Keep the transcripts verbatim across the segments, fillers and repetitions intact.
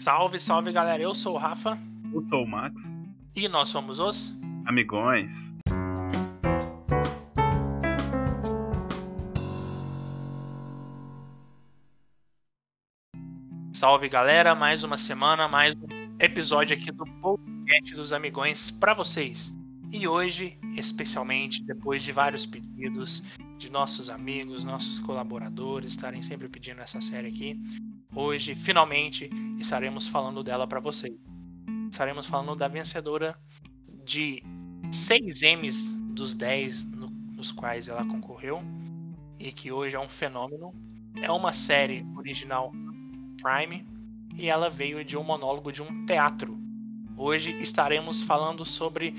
Salve, salve galera, eu sou o Rafa. Eu sou o Max. E nós somos os Amigões. Salve galera, mais uma semana, mais um episódio aqui do podcast dos Amigões para vocês. E hoje, especialmente depois de vários pedidos de nossos amigos, nossos colaboradores estarem sempre pedindo essa série aqui, hoje finalmente estaremos falando dela para vocês. Estaremos falando da vencedora de seis Emmys dos dez no, nos quais ela concorreu e que hoje é um fenômeno. É uma série original Prime e ela veio de um monólogo de um teatro. Hoje estaremos falando sobre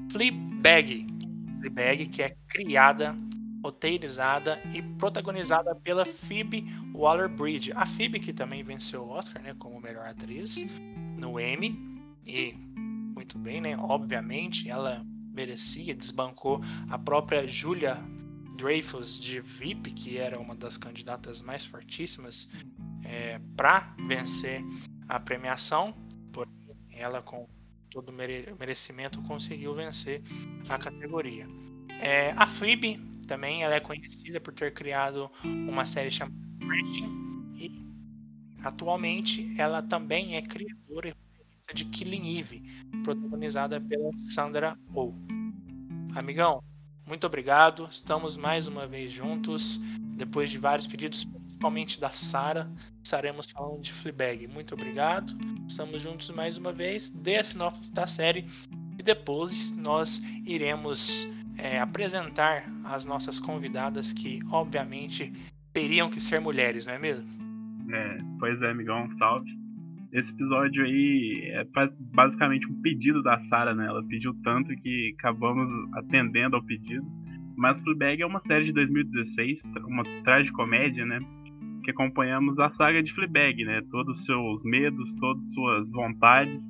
Fleabag. Fleabag, que é criada, roteirizada e protagonizada pela Phoebe Waller-Bridge. A Phoebe que também venceu o Oscar, né, como melhor atriz no Emmy. E muito bem, né? Obviamente ela merecia, desbancou a própria Julia Dreyfus de V I P, que era uma das candidatas mais fortíssimas é, para vencer a premiação, porém ela com todo o mere- merecimento conseguiu vencer a categoria. É, a Phoebe também ela é conhecida por ter criado uma série chamada Crashing e atualmente ela também é criadora e roteirista de Killing Eve, protagonizada pela Sandra Oh. Amigão, muito obrigado. Estamos mais uma vez juntos. Depois de vários pedidos, principalmente da Sara, estaremos falando de Fleabag. Muito obrigado. Estamos juntos mais uma vez. Dê a sinopse da série e depois nós iremos é, apresentar as nossas convidadas que, obviamente, teriam que ser mulheres, não é mesmo? É, pois é, amigão, salve. Esse episódio aí é basicamente um pedido da Sara, né? Ela pediu tanto que acabamos atendendo ao pedido. Mas Fleabag é uma série de dois mil e dezesseis, uma tragicomédia, né? Que acompanhamos a saga de Fleabag, né? Todos os seus medos, todas as suas vontades.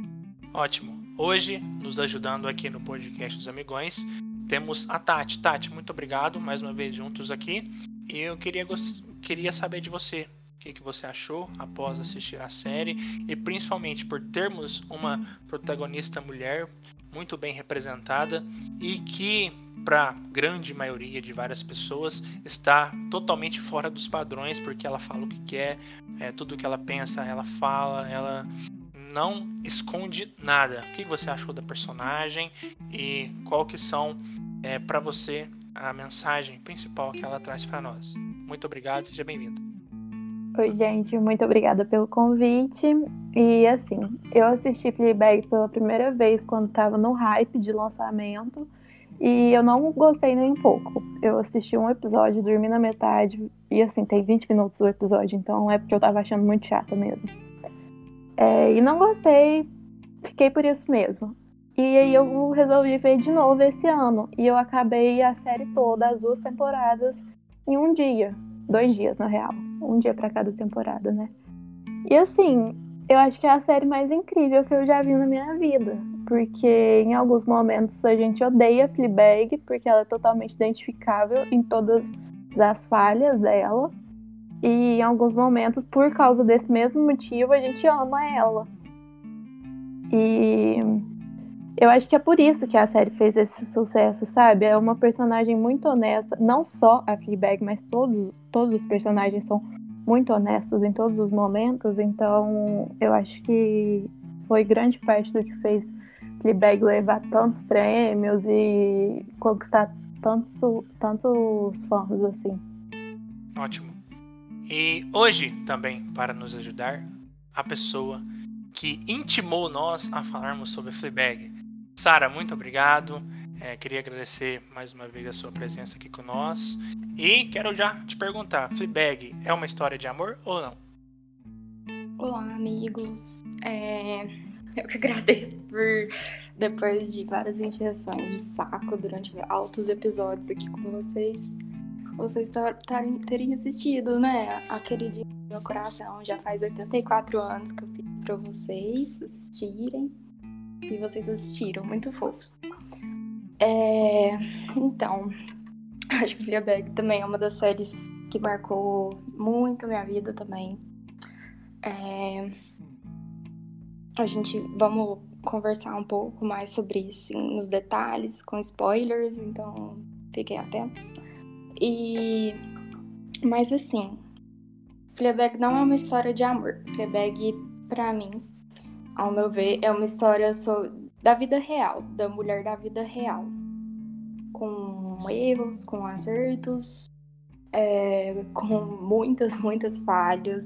Ótimo. Hoje, nos ajudando aqui no podcast dos Amigões, temos a Tati. Tati, muito obrigado mais uma vez juntos aqui. E eu queria, queria saber de você. O que, que você achou após assistir a série e principalmente por termos uma protagonista mulher muito bem representada e que, para a grande maioria de várias pessoas, está totalmente fora dos padrões porque ela fala o que quer, é, tudo o que ela pensa, ela fala, ela não esconde nada. O que você achou da personagem e qual que são, é, para você, a mensagem principal que ela traz para nós? Muito obrigado, seja bem-vinda. Oi, gente, muito obrigada pelo convite. E assim, eu assisti Fleabag pela primeira vez quando estava no hype de lançamento e eu não gostei nem um pouco. Eu assisti um episódio, dormi na metade e assim, tem vinte minutos o episódio, então é porque eu tava achando muito chata mesmo. É, e não gostei, fiquei por isso mesmo. E aí eu resolvi ver de novo esse ano e eu acabei a série toda, as duas temporadas, em um dia. Dois dias, na real. Um dia pra cada temporada, né? E assim, eu acho que é a série mais incrível que eu já vi na minha vida. Porque em alguns momentos a gente odeia Fleabag, porque ela é totalmente identificável em todas as falhas dela. E em alguns momentos, por causa desse mesmo motivo, a gente ama ela. E eu acho que é por isso que a série fez esse sucesso, sabe? É uma personagem muito honesta. Não só a Fleabag, mas todos, todos os personagens são muito honestos em todos os momentos. Então, eu acho que foi grande parte do que fez Fleabag levar tantos prêmios e conquistar tantos, tantos fãs, assim. Ótimo. E hoje, também, para nos ajudar, a pessoa que intimou nós a falarmos sobre Fleabag. Sara, muito obrigado. É, queria agradecer mais uma vez a sua presença aqui com nós. E quero já te perguntar, Fleabag é uma história de amor ou não? Olá, amigos. É, eu que agradeço por, depois de várias injeções de saco durante altos episódios aqui com vocês, vocês tarem, terem assistido, né? A queridinha do meu coração. Já faz oitenta e quatro anos que eu pedi pra vocês assistirem. E vocês assistiram, muito fofos. É, então, acho que Fleabag também é uma das séries que marcou muito a minha vida também. É, a gente vamos conversar um pouco mais sobre isso assim, nos detalhes, com spoilers, então fiquem atentos. E mas assim, Fleabag não é uma história de amor. Fleabag, pra mim, ao meu ver, é uma história so... da vida real, da mulher da vida real, com erros, com acertos, é, com muitas, muitas falhas,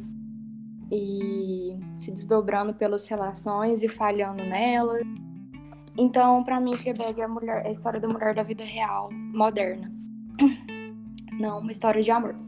e se desdobrando pelas relações e falhando nelas. Então, pra mim, Fleabag é a, mulher, é a história da mulher da vida real, moderna. Não uma história de amor.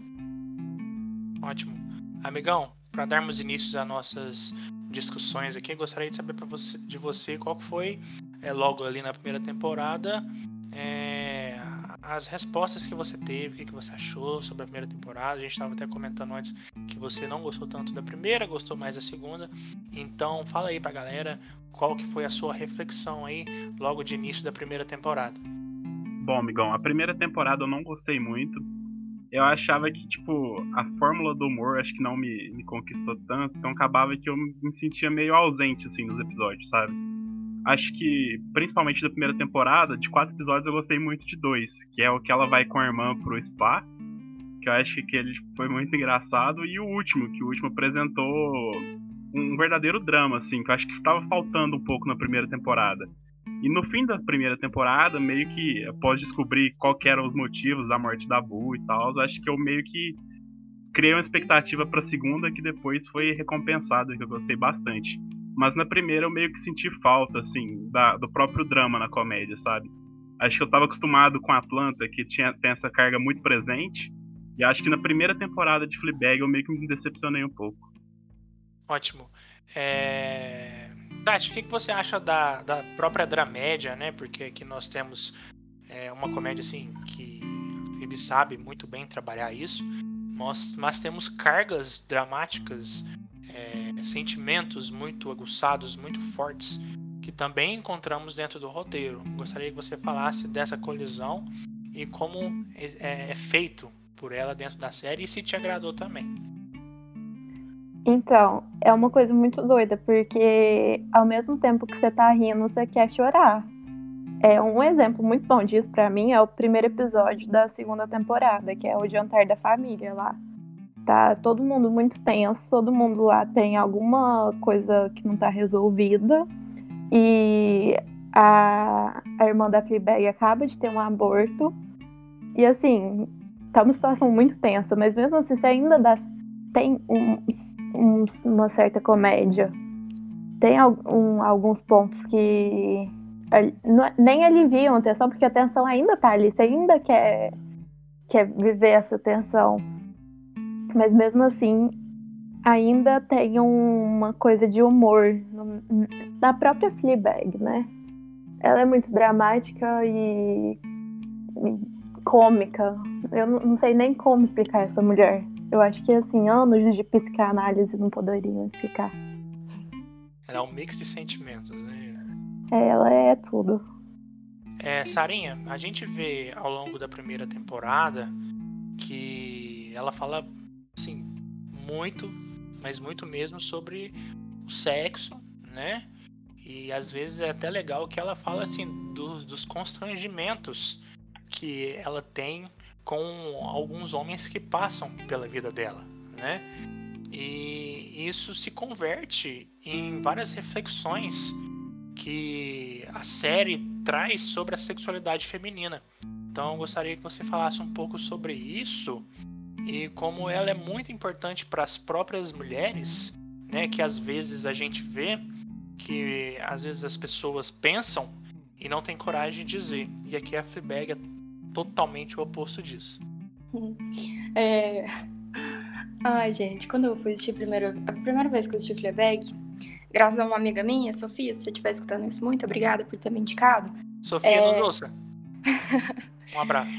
Ótimo. Amigão, para darmos início às nossas discussões aqui, gostaria de saber pra você, de você qual foi, é, logo ali na primeira temporada, é, as respostas que você teve, o que, que você achou sobre a primeira temporada. A gente estava até comentando antes que você não gostou tanto da primeira, gostou mais da segunda. Então fala aí pra galera qual que foi a sua reflexão aí logo de início da primeira temporada. Bom, amigão, a primeira temporada eu não gostei muito. Eu achava que, tipo, a fórmula do humor acho que não me, me conquistou tanto, então acabava que eu me sentia meio ausente, assim, nos episódios, sabe? Acho que, principalmente da primeira temporada, de quatro episódios eu gostei muito de dois, que é o que ela vai com a irmã pro spa, que eu acho que ele foi muito engraçado, e o último, que o último apresentou um verdadeiro drama, assim, que eu acho que estava faltando um pouco na primeira temporada. E no fim da primeira temporada, meio que, após descobrir qual que eram os motivos da morte da Boo e tal, eu acho que eu meio que criei uma expectativa pra segunda que depois foi recompensada, que eu gostei bastante. Mas na primeira eu meio que senti falta, assim, da, do próprio drama na comédia, sabe? Acho que eu tava acostumado com Atlanta, que tinha, tem essa carga muito presente, e acho que na primeira temporada de Fleabag eu meio que me decepcionei um pouco. Ótimo. É... Tati, o que, que você acha da, da própria dramédia, né? Porque aqui nós temos é, uma comédia assim que a Phoebe sabe muito bem trabalhar isso, mas, mas temos cargas dramáticas, é, sentimentos muito aguçados, muito fortes, que também encontramos dentro do roteiro. Gostaria que você falasse dessa colisão e como é, é feito por ela dentro da série, e se te agradou também. Então, é uma coisa muito doida, porque ao mesmo tempo que você tá rindo, você quer chorar. É um exemplo muito bom disso pra mim é o primeiro episódio da segunda temporada, que é o jantar da família lá. Tá todo mundo muito tenso, todo mundo lá tem alguma coisa que não tá resolvida. E a, a irmã da Fleabag acaba de ter um aborto. E assim, tá uma situação muito tensa, mas mesmo assim você ainda dá, tem um, um, uma certa comédia. Tem algum, alguns pontos que não, nem aliviam a tensão, porque a tensão ainda tá ali, você ainda quer, quer viver essa tensão. Mas mesmo assim, ainda tem uma coisa de humor no, na própria Fleabag, né? Ela é muito dramática e, e cômica. Eu não, não sei nem como explicar essa mulher. Eu acho que, assim, anos de psicanálise não poderiam explicar. Ela é um mix de sentimentos, né? Ela é tudo. É, Sarinha, a gente vê ao longo da primeira temporada que ela fala, assim, muito, mas muito mesmo sobre o sexo, né? E às vezes é até legal que ela fala, assim, do, dos constrangimentos que ela tem com alguns homens que passam pela vida dela, né? E isso se converte em várias reflexões que a série traz sobre a sexualidade feminina. Então eu gostaria que você falasse um pouco sobre isso e como ela é muito importante para as próprias mulheres, né? Que às vezes a gente vê que às vezes as pessoas pensam e não tem coragem de dizer. E aqui a Fleabag é totalmente o oposto disso. É... Ai, gente, quando eu fui assistir primeiro, a primeira vez que eu assisti Fleabag, graças a uma amiga minha, Sofia, se você estiver escutando isso, muito obrigada por ter me indicado. Sofia, é... nos ouça. Um abraço.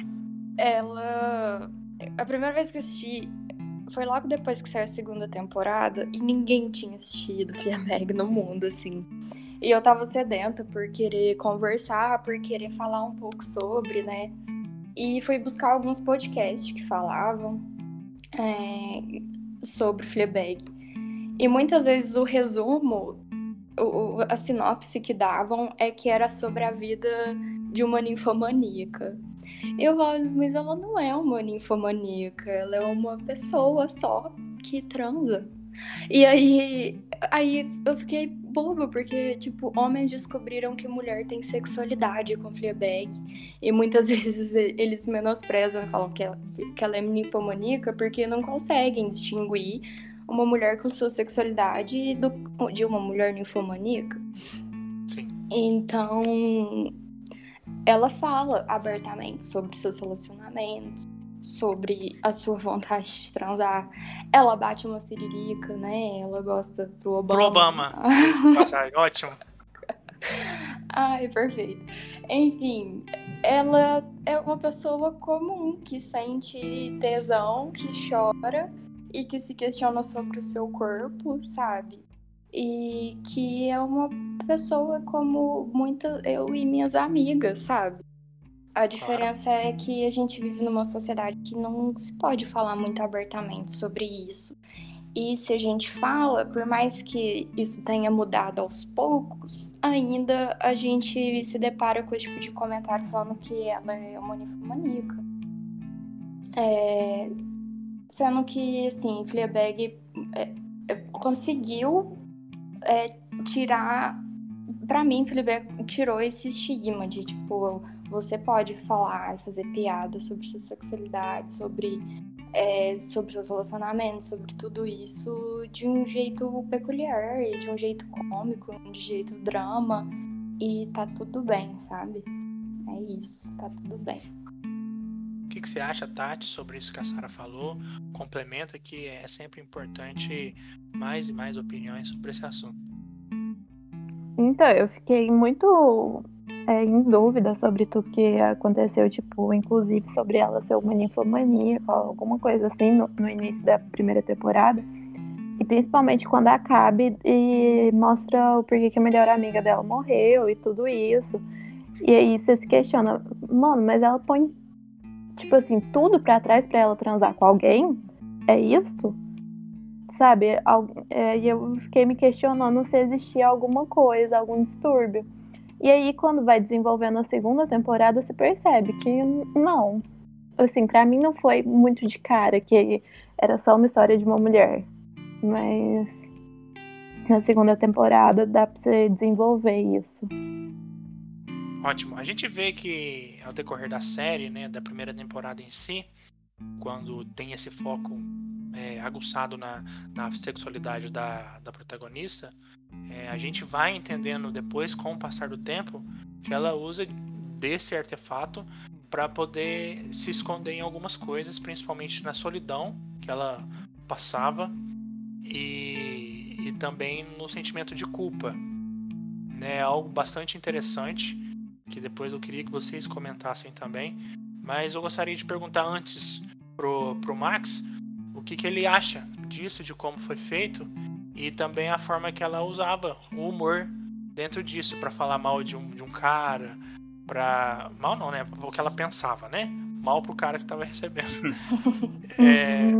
Ela... A primeira vez que eu assisti foi logo depois que saiu a segunda temporada e ninguém tinha assistido Fleabag no mundo, assim. E eu tava sedenta por querer conversar, por querer falar um pouco sobre, né? E fui buscar alguns podcasts que falavam é, sobre Fleabag. E muitas vezes o resumo o, a sinopse que davam é que era sobre a vida de uma ninfomaníaca. Eu falo, mas ela não é uma ninfomaníaca, ela é uma pessoa só que transa. E aí, aí eu fiquei boba, porque, tipo, homens descobriram que mulher tem sexualidade com Fleabag. E muitas vezes eles menosprezam e falam que ela, que ela é ninfomaníaca porque não conseguem distinguir uma mulher com sua sexualidade do, de uma mulher ninfomaníaca. Sim. Então, ela fala abertamente sobre seus relacionamentos, sobre a sua vontade de transar. Ela bate uma siririca, né? Ela gosta pro Obama. Pro Obama. Passagem, ótimo. Ai, perfeito. Enfim, ela é uma pessoa comum que sente tesão, que chora e que se questiona sobre o seu corpo, sabe? E que é uma pessoa como muitas eu e minhas amigas, sabe? A diferença claro. É que a gente vive numa sociedade que não se pode falar muito abertamente sobre isso. E se a gente fala, por mais que isso tenha mudado aos poucos, ainda a gente se depara com esse tipo de comentário falando que ela é uma ninfomaníaca. É... Sendo que, assim, Fleabag é, é, conseguiu é, tirar... Pra mim, Fleabag tirou esse estigma de, tipo, você pode falar e fazer piada sobre sua sexualidade, sobre... É, sobre seus relacionamentos, sobre tudo isso de um jeito peculiar, de um jeito cômico, de um jeito drama, e tá tudo bem, sabe? É isso, tá tudo bem. O que, que você acha, Tati, sobre isso que a Sara falou? Complementa que é sempre importante mais e mais opiniões sobre esse assunto. Então, eu fiquei muito é, em dúvida sobre tudo que aconteceu, tipo, inclusive sobre ela ser uma ninfomaníaca, alguma coisa assim, no, no início da primeira temporada. E principalmente quando acaba e, e mostra o porquê que a melhor amiga dela morreu e tudo isso. E aí você se questiona, mano, mas ela põe, tipo assim, tudo pra trás pra ela transar com alguém? É isso? Sabe? E eu fiquei me questionando se existia alguma coisa, algum distúrbio. E aí, quando vai desenvolvendo a segunda temporada, você percebe que não. Assim, pra mim não foi muito de cara que era só uma história de uma mulher. Mas na segunda temporada dá pra você desenvolver isso. Ótimo. A gente vê que ao decorrer da série, né, da primeira temporada em si, quando tem esse foco é, aguçado na, na sexualidade da, da protagonista, é, a gente vai entendendo depois, com o passar do tempo, que ela usa desse artefato para poder se esconder em algumas coisas, principalmente na solidão que ela passava e, e também no sentimento de culpa. É algo bastante interessante que depois eu queria que vocês comentassem também, mas eu gostaria de perguntar antes pro, pro Max o que, que ele acha disso, de como foi feito e também a forma que ela usava o humor dentro disso para falar mal de um, de um cara, para mal não, né? O que ela pensava, né? Mal pro cara que tava recebendo. é,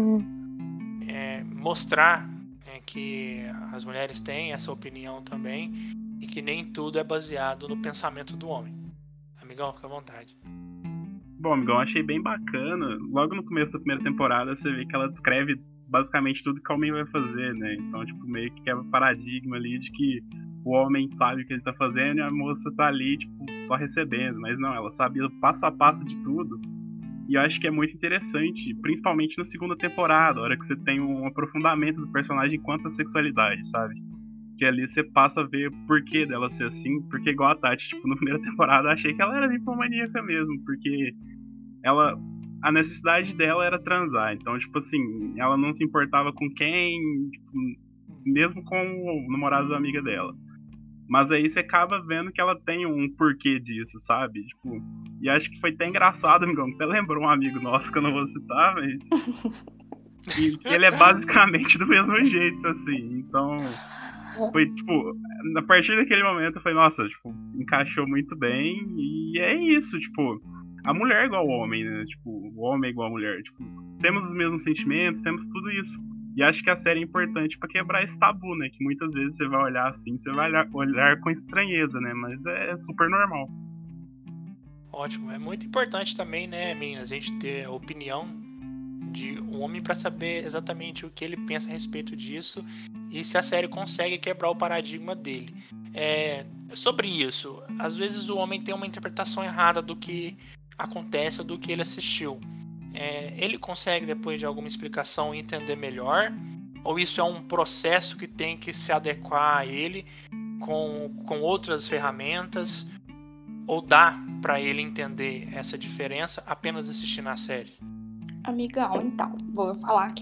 é, mostrar é, que as mulheres têm essa opinião também e que nem tudo é baseado no pensamento do homem. Amigão, fica à vontade. Bom, amigão, achei bem bacana. Logo no começo da primeira temporada, você vê que ela descreve basicamente tudo que o homem vai fazer, né? Então, tipo, meio que quebra o paradigma ali de que o homem sabe o que ele tá fazendo e a moça tá ali, tipo, só recebendo. Mas não, ela sabia o passo a passo de tudo. E eu acho que é muito interessante, principalmente na segunda temporada, a hora que você tem um aprofundamento do personagem quanto à sexualidade, sabe? Que ali você passa a ver o porquê dela ser assim, porque igual a Tati, tipo, na primeira temporada eu achei que ela era ninfomaníaca mesmo, porque ela, a necessidade dela era transar, então, tipo assim, ela não se importava com quem, tipo, mesmo com o namorado da amiga dela. Mas aí você acaba vendo que ela tem um porquê disso, sabe? Tipo, e acho que foi até engraçado, amigão, até lembrou um amigo nosso que eu não vou citar, mas... e ele é basicamente do mesmo jeito, assim, então... Foi, tipo, a partir daquele momento eu falei, nossa, tipo, encaixou muito bem. E é isso, tipo, a mulher é igual ao homem, né? Tipo, o homem é igual à mulher. Tipo, temos os mesmos sentimentos, temos tudo isso. E acho que a série é importante pra quebrar esse tabu, né? Que muitas vezes você vai olhar assim, você vai olhar, olhar com estranheza, né? Mas é super normal. Ótimo. É muito importante também, né, meninas, a gente ter a opinião de um homem para saber exatamente o que ele pensa a respeito disso e se a série consegue quebrar o paradigma dele. É, sobre isso, às vezes o homem tem uma interpretação errada do que acontece ou do que ele assistiu. É, ele consegue, depois de alguma explicação, entender melhor? Ou isso é um processo que tem que se adequar a ele com, com outras ferramentas? Ou dá para ele entender essa diferença apenas assistindo a série? Amigão, então, vou falar aqui.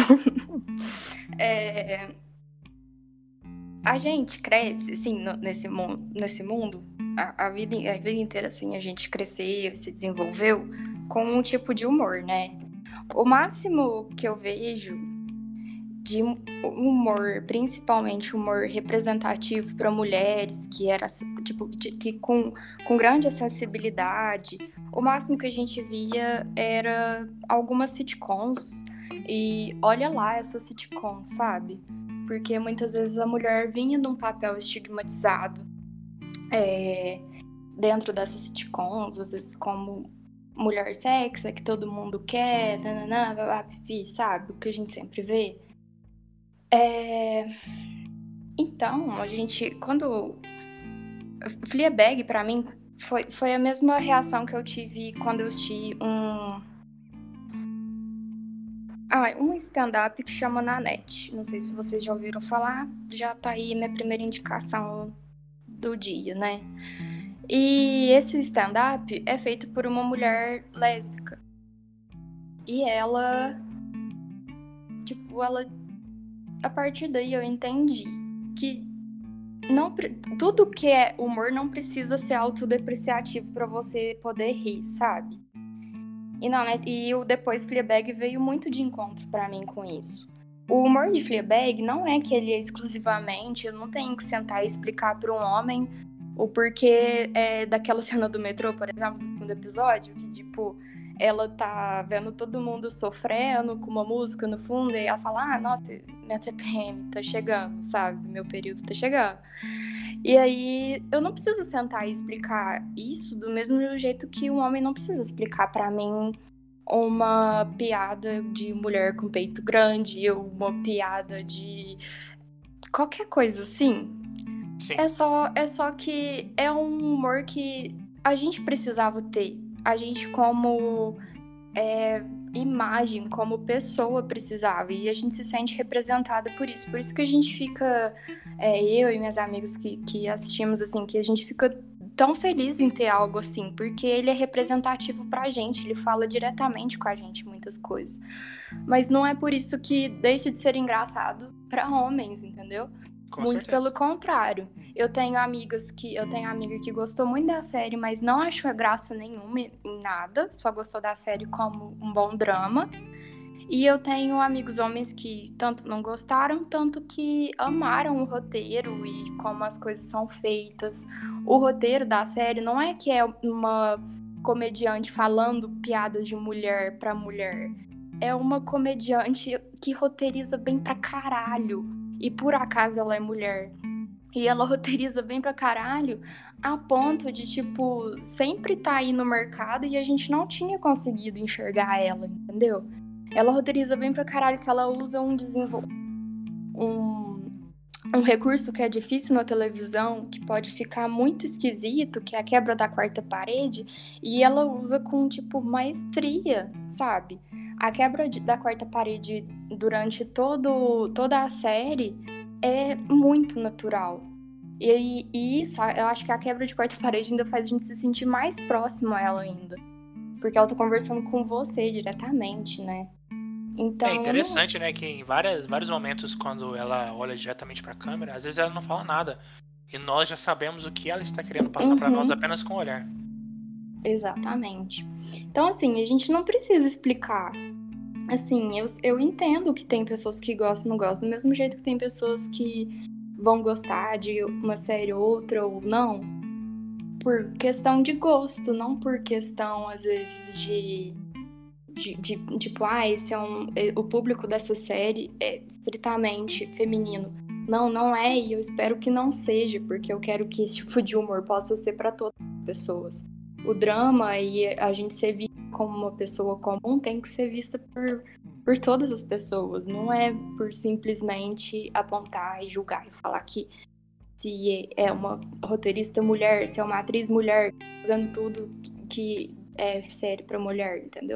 é... A gente cresce, assim, no, nesse, mundo, nesse mundo, a, a, vida, a vida inteira, assim, a gente cresceu, se desenvolveu com um tipo de humor, né? O máximo que eu vejo de humor, principalmente humor representativo para mulheres, que era tipo de, que com, com grande acessibilidade, o máximo que a gente via era algumas sitcoms, e olha lá essas sitcoms, sabe? Porque muitas vezes a mulher vinha num papel estigmatizado é, dentro dessas sitcoms, às vezes como mulher sexy, que todo mundo quer, nananã, babá, pipi, sabe? O que a gente sempre vê. É... Então, a gente, quando... Fleabag, pra mim, foi, foi a mesma reação que eu tive quando eu assisti um... Ah, um stand-up que chama Nanette. Não sei se vocês já ouviram falar. Já tá aí minha primeira indicação do dia, né? E esse stand-up é feito por uma mulher lésbica. E ela... Tipo, ela... A partir daí eu entendi que não, tudo que é humor não precisa ser autodepreciativo pra você poder rir, sabe? E, não, né? E o depois Fleabag veio muito de encontro pra mim com isso. O humor de Fleabag não é que ele é exclusivamente, eu não tenho que sentar e explicar pra um homem o porquê é, daquela cena do metrô, por exemplo, do segundo episódio, que tipo... ela tá vendo todo mundo sofrendo com uma música no fundo e ela fala, ah, nossa, minha T P M tá chegando, sabe? Meu período tá chegando. E aí, eu não preciso sentar e explicar isso do mesmo jeito que um homem não precisa explicar pra mim uma piada de mulher com peito grande ou uma piada de qualquer coisa assim. Sim. É só, é só que é um humor que a gente precisava ter. A gente como é, imagem, como pessoa precisava. E a gente se sente representada por isso. Por isso que a gente fica, é, eu e minhas amigas que, que assistimos, assim, que a gente fica tão feliz em ter algo assim. Porque ele é representativo pra gente, ele fala diretamente com a gente muitas coisas. Mas não é por isso que deixa de ser engraçado pra homens, entendeu? Com muito certeza. pelo contrário. Eu tenho amigas que eu tenho amiga que gostou muito da série, mas não achou graça nenhuma em nada, só gostou da série como um bom drama. E eu tenho amigos homens que tanto não gostaram, tanto que amaram o roteiro e como as coisas são feitas. O roteiro da série não é que é uma comediante falando piadas de mulher pra mulher. É uma comediante que roteiriza bem pra caralho. E por acaso ela é mulher. E ela roteiriza bem pra caralho a ponto de, tipo, sempre tá aí no mercado e a gente não tinha conseguido enxergar ela, entendeu? Ela roteiriza bem pra caralho que ela usa um desenvol... um, um recurso que é difícil na televisão, que pode ficar muito esquisito, que é a quebra da quarta parede, e ela usa com, tipo, maestria, sabe? A quebra de, da quarta parede durante todo, toda a série é muito natural. E, e isso, eu acho que a quebra de quarta parede ainda faz a gente se sentir mais próximo a ela ainda. Porque ela tá conversando com você diretamente, né? Então, é interessante, não... né, que em várias, vários momentos, quando ela olha diretamente pra câmera, às vezes ela não fala nada. E nós já sabemos o que ela está querendo passar uhum. pra nós apenas com o olhar. Exatamente. Então, assim, a gente não precisa explicar. Assim, eu, eu entendo que tem pessoas que gostam e não gostam, do mesmo jeito que tem pessoas que vão gostar de uma série ou outra ou não, por questão de gosto, não por questão, às vezes, de, de, de tipo, ah, esse é um. O público dessa série é estritamente feminino. Não, não é, e eu espero que não seja, porque eu quero que esse tipo de humor possa ser para todas as pessoas. O drama e a gente ser vista como uma pessoa comum tem que ser vista por, por todas as pessoas. Não é por simplesmente apontar e julgar e falar que se é uma roteirista mulher, se é uma atriz mulher, usando tudo que é série para mulher, entendeu?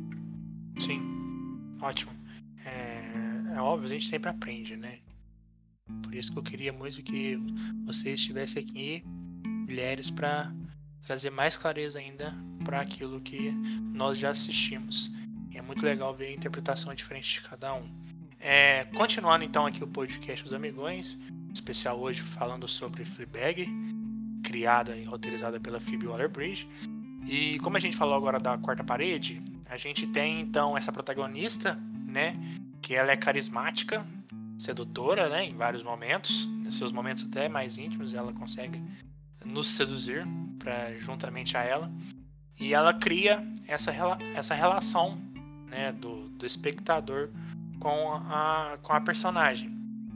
Sim, ótimo. É, é óbvio, a gente sempre aprende, né? Por isso que eu queria muito que vocês estivessem aqui, mulheres, para trazer mais clareza ainda para aquilo que nós já assistimos. E é muito legal ver a interpretação diferente de cada um. É, continuando então aqui o podcast Os Amigões, especial hoje falando sobre Fleabag, criada e roteirizada pela Phoebe Waller-Bridge. E como a gente falou agora da quarta parede, a gente tem então essa protagonista, né, que ela é carismática, sedutora, né, em vários momentos, nos seus momentos até mais íntimos, ela consegue nos seduzir para juntamente a ela, e ela cria essa, essa relação, né, do, do espectador com a, com a personagem.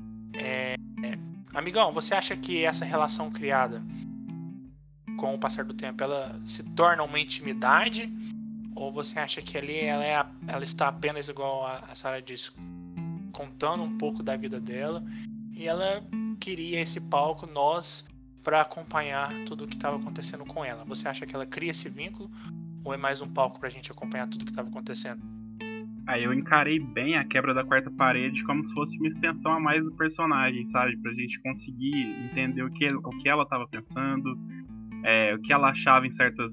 É, é, amigão, você acha que essa relação criada com o passar do tempo ela se torna uma intimidade, ou você acha que ali ela, é, ela está apenas, igual a Sarah disse, contando um pouco da vida dela, e ela queria esse palco, nós, para acompanhar tudo o que estava acontecendo com ela? Você acha que ela cria esse vínculo, ou é mais um palco para a gente acompanhar tudo o que estava acontecendo? Aí eu encarei bem a quebra da quarta parede como se fosse uma extensão a mais do personagem, sabe? Pra gente conseguir entender o que, o que ela estava pensando, é, o que ela achava em certas,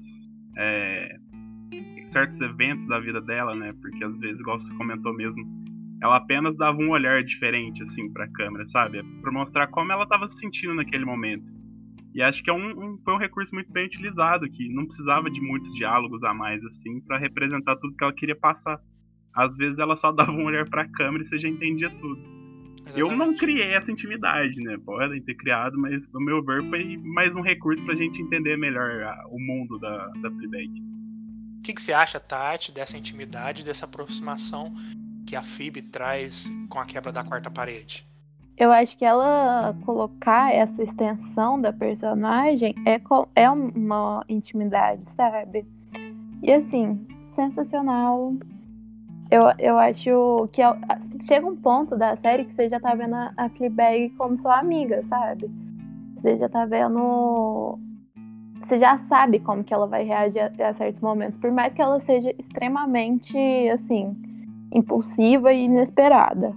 é, certos eventos da vida dela, né? Porque às vezes, igual você comentou mesmo, ela apenas dava um olhar diferente, assim, pra câmera, sabe? Pra mostrar como ela estava se sentindo naquele momento. E acho que é um, um, foi um recurso muito bem utilizado, que não precisava de muitos diálogos a mais, assim, pra representar tudo que ela queria passar. Às vezes ela só dava um olhar pra câmera e você já entendia tudo. Exatamente. Eu não criei essa intimidade, né? Podem ter criado, mas no meu ver foi mais um recurso pra gente entender melhor a, o mundo da, da Fleabag. O que, que você acha, Tati, dessa intimidade, dessa aproximação que a Phoebe traz com a quebra da quarta parede? Eu acho que ela colocar essa extensão da personagem é, é uma intimidade, sabe? E assim, sensacional. Eu, eu acho que é, chega um ponto da série que você já tá vendo a, a Fleabag como sua amiga, sabe? Você já tá vendo... Você já sabe como que ela vai reagir a, a certos momentos, por mais que ela seja extremamente, assim, impulsiva e inesperada.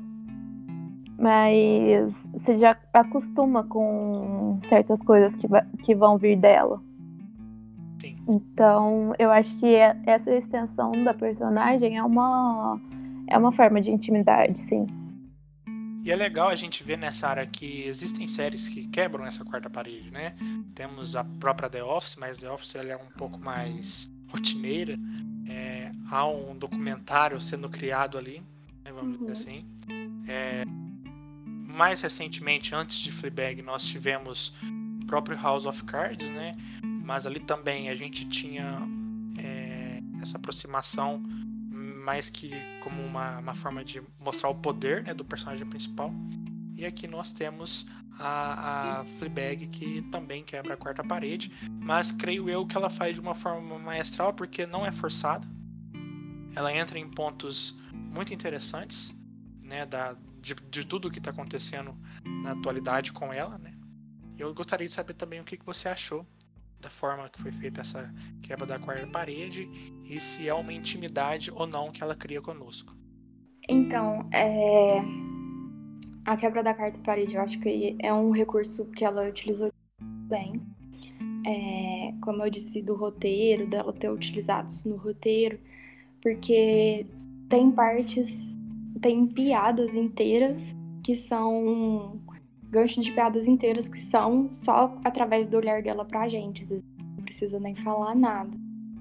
Mas você já acostuma com certas coisas que, va- que vão vir dela. Sim. Então, eu acho que é- essa extensão da personagem é uma, é uma forma de intimidade, sim. E é legal a gente ver nessa área que existem séries que quebram essa quarta parede, né? Temos a própria The Office, mas The Office ela é um pouco mais rotineira. É, há um documentário sendo criado ali, né, vamos Uhum. dizer assim. É, mais recentemente, antes de Fleabag, nós tivemos o próprio House of Cards, né? Mas ali também a gente tinha é, essa aproximação mais que como uma, uma forma de mostrar o poder, né, do personagem principal. E aqui nós temos a, a Fleabag, que também quebra a quarta parede, mas creio eu que ela faz de uma forma maestral, porque não é forçada. Ela entra em pontos muito interessantes, né, da, de, de tudo que está acontecendo na atualidade com ela, né? E eu gostaria de saber também o que, que você achou da forma que foi feita essa quebra da quarta parede e se é uma intimidade ou não que ela cria conosco. Então, é... a quebra da quarta parede, eu acho que é um recurso que ela utilizou bem. É... Como eu disse, do roteiro, dela ter utilizado isso no roteiro, porque tem partes, tem piadas inteiras que são ganchos de piadas inteiras que são só através do olhar dela pra gente, às vezes não precisa nem falar nada.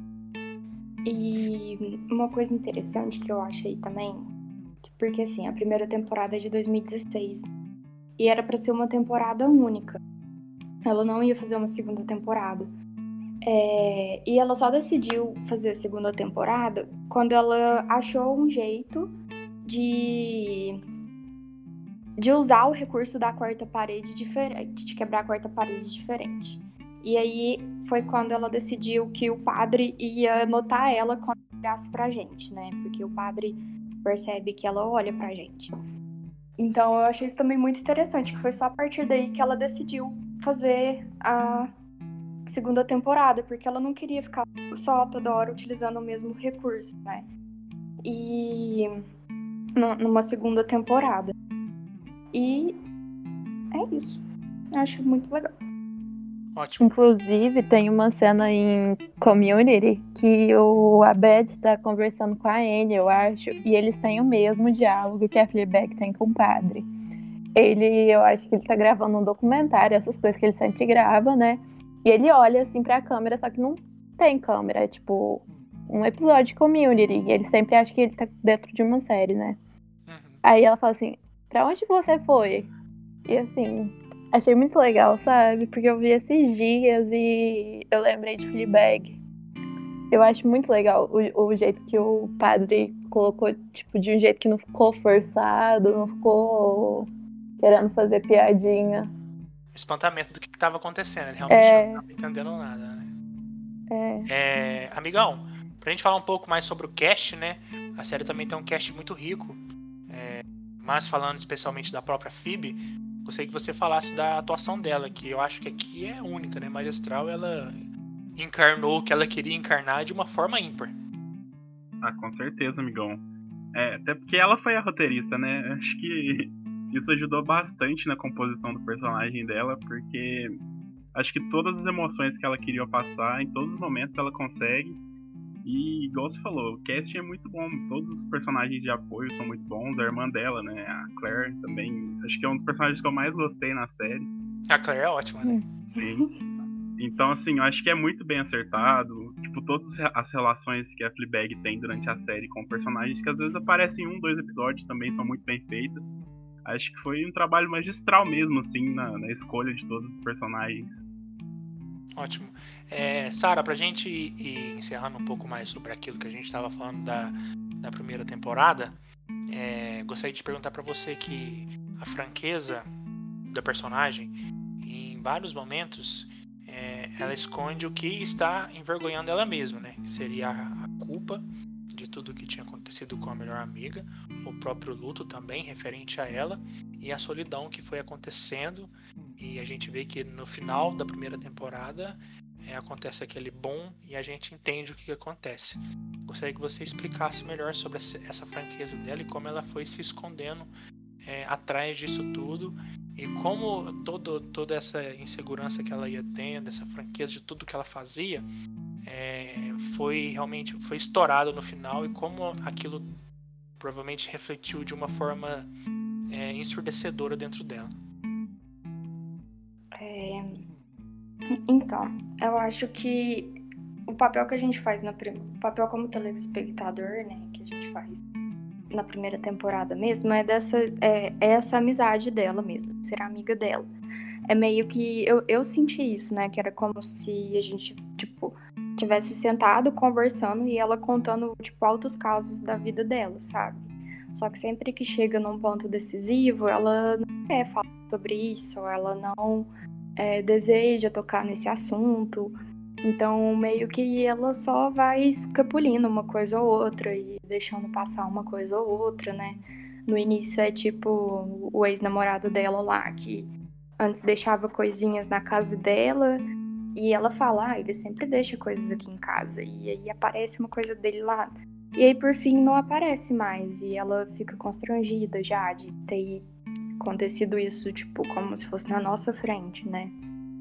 E uma coisa interessante que eu achei também, porque assim, a primeira temporada é de dois mil e dezesseis e era pra ser uma temporada única, ela não ia fazer uma segunda temporada. É, e ela só decidiu fazer a segunda temporada quando ela achou um jeito de, de usar o recurso da quarta parede diferente, de quebrar a quarta parede diferente. E aí foi quando ela decidiu que o padre ia notar ela quando olhasse pra gente, né? Porque o padre percebe que ela olha pra gente. Então eu achei isso também muito interessante, que foi só a partir daí que ela decidiu fazer a segunda temporada, porque ela não queria ficar só toda hora utilizando o mesmo recurso, né? E numa segunda temporada. E é isso. Eu acho muito legal. Ótimo. Inclusive, tem uma cena em Community que o Abed tá conversando com a Annie, eu acho, e eles têm o mesmo diálogo que a Fleabag tem com o padre. Ele, eu acho que ele tá gravando um documentário, essas coisas que ele sempre grava, né? E ele olha assim pra câmera, só que não tem câmera, é tipo um episódio de Community. E ele sempre acha que ele tá dentro de uma série, né? Uhum. Aí ela fala assim, pra onde você foi? E assim, achei muito legal, sabe? Porque eu vi esses dias e eu lembrei de Fleabag. Eu acho muito legal o, o jeito que o padre colocou, tipo, de um jeito que não ficou forçado, não ficou querendo fazer piadinha. O espantamento do que estava acontecendo. Ele realmente É. não estava entendendo nada, né? É. É, amigão, pra gente falar um pouco mais sobre o cast, né? A série também tem um cast muito rico. É, mas falando especialmente da própria Phoebe, gostaria que você falasse da atuação dela, que eu acho que aqui é única, né? Magistral, ela encarnou o que ela queria encarnar de uma forma ímpar. Ah, com certeza, amigão. É, até porque ela foi a roteirista, né? Acho que isso ajudou bastante na composição do personagem dela, porque acho que todas as emoções que ela queria passar, em todos os momentos ela consegue. E, igual você falou, o casting é muito bom, todos os personagens de apoio são muito bons. A irmã dela, né, a Claire, também, acho que é um dos personagens que eu mais gostei na série. A Claire é ótima, né? Sim. Então, assim, eu acho que é muito bem acertado. Tipo, todas as relações que a Fleabag tem durante a série com personagens que às vezes aparecem em um, dois episódios também são muito bem feitas. Acho que foi um trabalho magistral mesmo, assim, na, na escolha de todos os personagens. Ótimo. É, Sara, pra gente ir, ir encerrando um pouco mais sobre aquilo que a gente estava falando da, da primeira temporada, é, gostaria de perguntar pra você que a franqueza da personagem, em vários momentos, é, ela esconde o que está envergonhando ela mesma, né? Que seria a, a culpa de tudo que tinha acontecido com a melhor amiga, o próprio luto também referente a ela e a solidão que foi acontecendo. E a gente vê que no final da primeira temporada é, acontece aquele boom e a gente entende o que, que acontece. Gostaria que você explicasse melhor sobre essa franqueza dela e como ela foi se escondendo é, atrás disso tudo e como todo, toda essa insegurança que ela ia tendo, essa franqueza de tudo que ela fazia, é, foi realmente foi estourado no final e como aquilo provavelmente refletiu de uma forma é, ensurdecedora dentro dela. É... Então, eu acho que o papel que a gente faz na prim... o papel como telespectador, né, que a gente faz na primeira temporada mesmo, é dessa é, é essa amizade dela mesmo, ser amiga dela. É meio que eu, eu senti isso, né, que era como se a gente, tipo, tivesse sentado conversando e ela contando, tipo, altos casos da vida dela, sabe? Só que sempre que chega num ponto decisivo, ela não quer falar sobre isso, ela não é, deseja tocar nesse assunto. Então, meio que ela só vai escapulindo uma coisa ou outra e deixando passar uma coisa ou outra, né? No início é tipo o ex-namorado dela lá, que antes deixava coisinhas na casa dela e ela fala, ah, ele sempre deixa coisas aqui em casa. E aí aparece uma coisa dele lá. E aí, por fim, não aparece mais. E ela fica constrangida já de ter acontecido isso, tipo, como se fosse na nossa frente, né?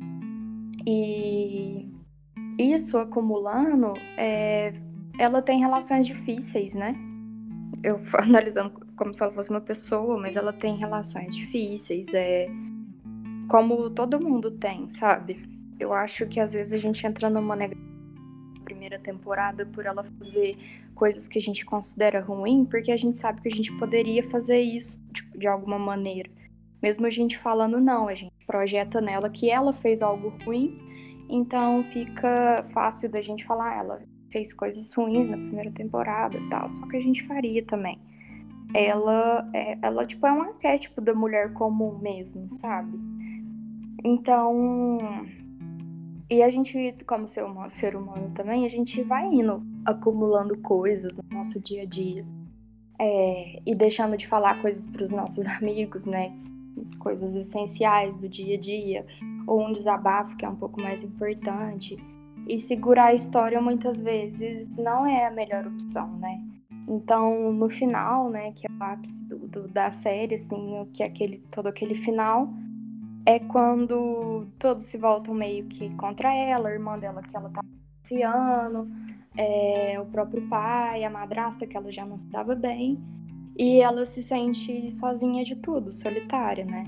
E isso acumulando, é, ela tem relações difíceis, né? Eu analisando como se ela fosse uma pessoa, mas ela tem relações difíceis, é como todo mundo tem, sabe? Eu acho que às vezes a gente entra numa negativa na primeira temporada por ela fazer coisas que a gente considera ruim, porque a gente sabe que a gente poderia fazer isso, tipo, de alguma maneira. Mesmo a gente falando não, a gente projeta nela que ela fez algo ruim. Então fica fácil da gente falar, ela fez coisas ruins na primeira temporada e tal, só que a gente faria também. Ela, é, ela tipo, é um arquétipo da mulher comum mesmo, sabe? Então, e a gente, como ser humano, ser humano também, a gente vai indo acumulando coisas no nosso dia a dia, é, e deixando de falar coisas para os nossos amigos, né? Coisas essenciais do dia a dia, ou um desabafo que é um pouco mais importante. E segurar a história muitas vezes não é a melhor opção, né? Então, no final, né, que é o ápice do, do, da série, assim, que é aquele, todo aquele final, é quando todos se voltam meio que contra ela, a irmã dela que ela tá confiando, é, o próprio pai, a madrasta que ela já não se dava bem, e ela se sente sozinha de tudo, solitária, né?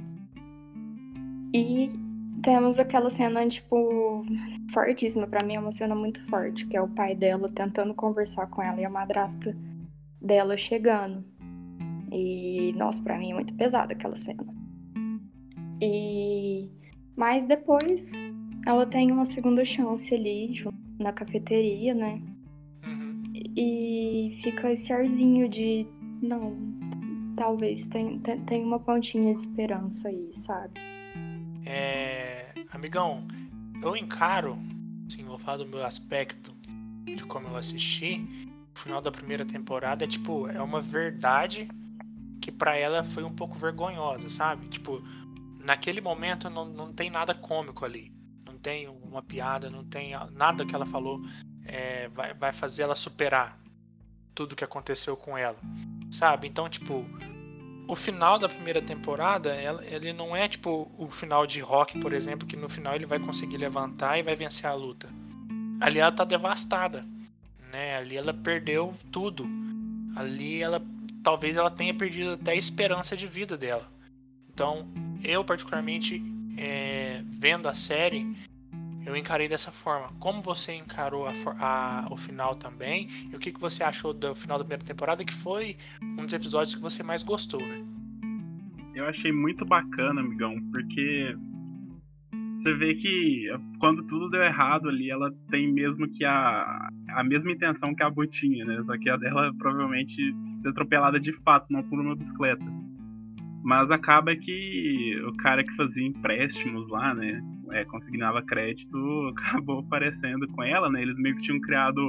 E temos aquela cena, tipo, fortíssima, pra mim é uma cena muito forte, que é o pai dela tentando conversar com ela e a madrasta dela chegando. E, nossa, pra mim é muito pesada aquela cena. E... Mas depois ela tem uma segunda chance ali, junto na cafeteria, né? Uhum. E fica esse arzinho de, não, talvez tenha tem, tem uma pontinha de esperança aí, sabe? É, amigão, eu encaro, assim, vou falar do meu aspecto de como eu assisti. O final da primeira temporada é tipo, é uma verdade que pra ela foi um pouco vergonhosa, sabe? Tipo, naquele momento não, não tem nada cômico ali, não tem uma piada, não tem nada que ela falou é, vai, vai fazer ela superar tudo que aconteceu com ela, sabe? Então, tipo, o final da primeira temporada, ela, ele não é tipo o final de Rock, por exemplo, que no final ele vai conseguir levantar e vai vencer a luta. Ali ela tá devastada, né? Ali ela perdeu tudo. Ali ela, talvez ela tenha perdido até a esperança de vida dela. Então, eu particularmente, é, vendo a série, eu encarei dessa forma. Como você encarou a, a, o final também? E o que, que você achou do final da primeira temporada, que foi um dos episódios que você mais gostou, né? Eu achei muito bacana, amigão, porque você vê que quando tudo deu errado ali, ela tem mesmo que a, a mesma intenção que a Bu tinha, né? Só que a dela provavelmente ser atropelada de fato, não por uma bicicleta. Mas acaba que o cara que fazia empréstimos lá, né? É, consignava crédito, acabou aparecendo com ela, né? Eles meio que tinham criado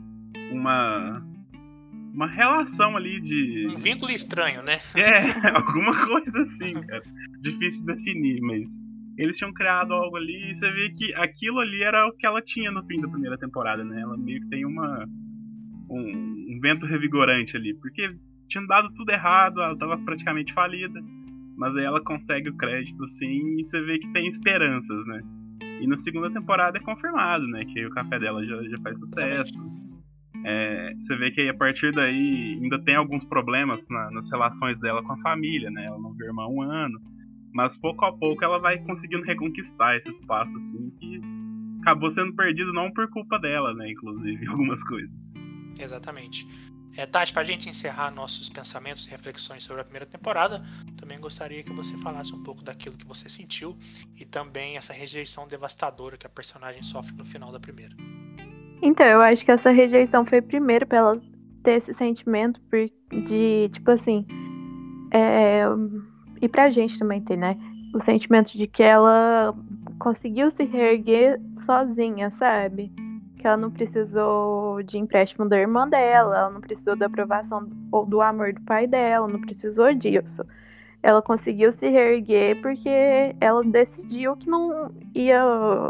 uma uma relação ali de... Um vínculo estranho, né? É, alguma coisa assim, cara. Difícil de definir, mas eles tinham criado algo ali e você vê que aquilo ali era o que ela tinha no fim da primeira temporada, né? Ela meio que tem uma um, um vento revigorante ali, porque tinha dado tudo errado, ela tava praticamente falida, mas aí ela consegue o crédito assim e você vê que tem esperanças, né? E na segunda temporada é confirmado, né? Que aí o café dela já, já faz sucesso. É, você vê que aí, a partir daí ainda tem alguns problemas na, nas relações dela com a família, né? Ela não vê irmã há um ano, mas pouco a pouco ela vai conseguindo reconquistar esse espaço, assim, que acabou sendo perdido não por culpa dela, né? Inclusive, algumas coisas. Exatamente. É, Tati, pra gente encerrar nossos pensamentos e reflexões sobre a primeira temporada, também gostaria que você falasse um pouco daquilo que você sentiu e também essa rejeição devastadora que a personagem sofre no final da primeira. Então, eu acho que essa rejeição foi primeiro pra ela ter esse sentimento de, tipo assim, é, e pra gente também ter, né? O sentimento de que ela conseguiu se reerguer sozinha, sabe? Que ela não precisou de empréstimo da irmã dela, ela não precisou da aprovação ou do amor do pai dela, não precisou disso. Ela conseguiu se reerguer porque ela decidiu que não ia,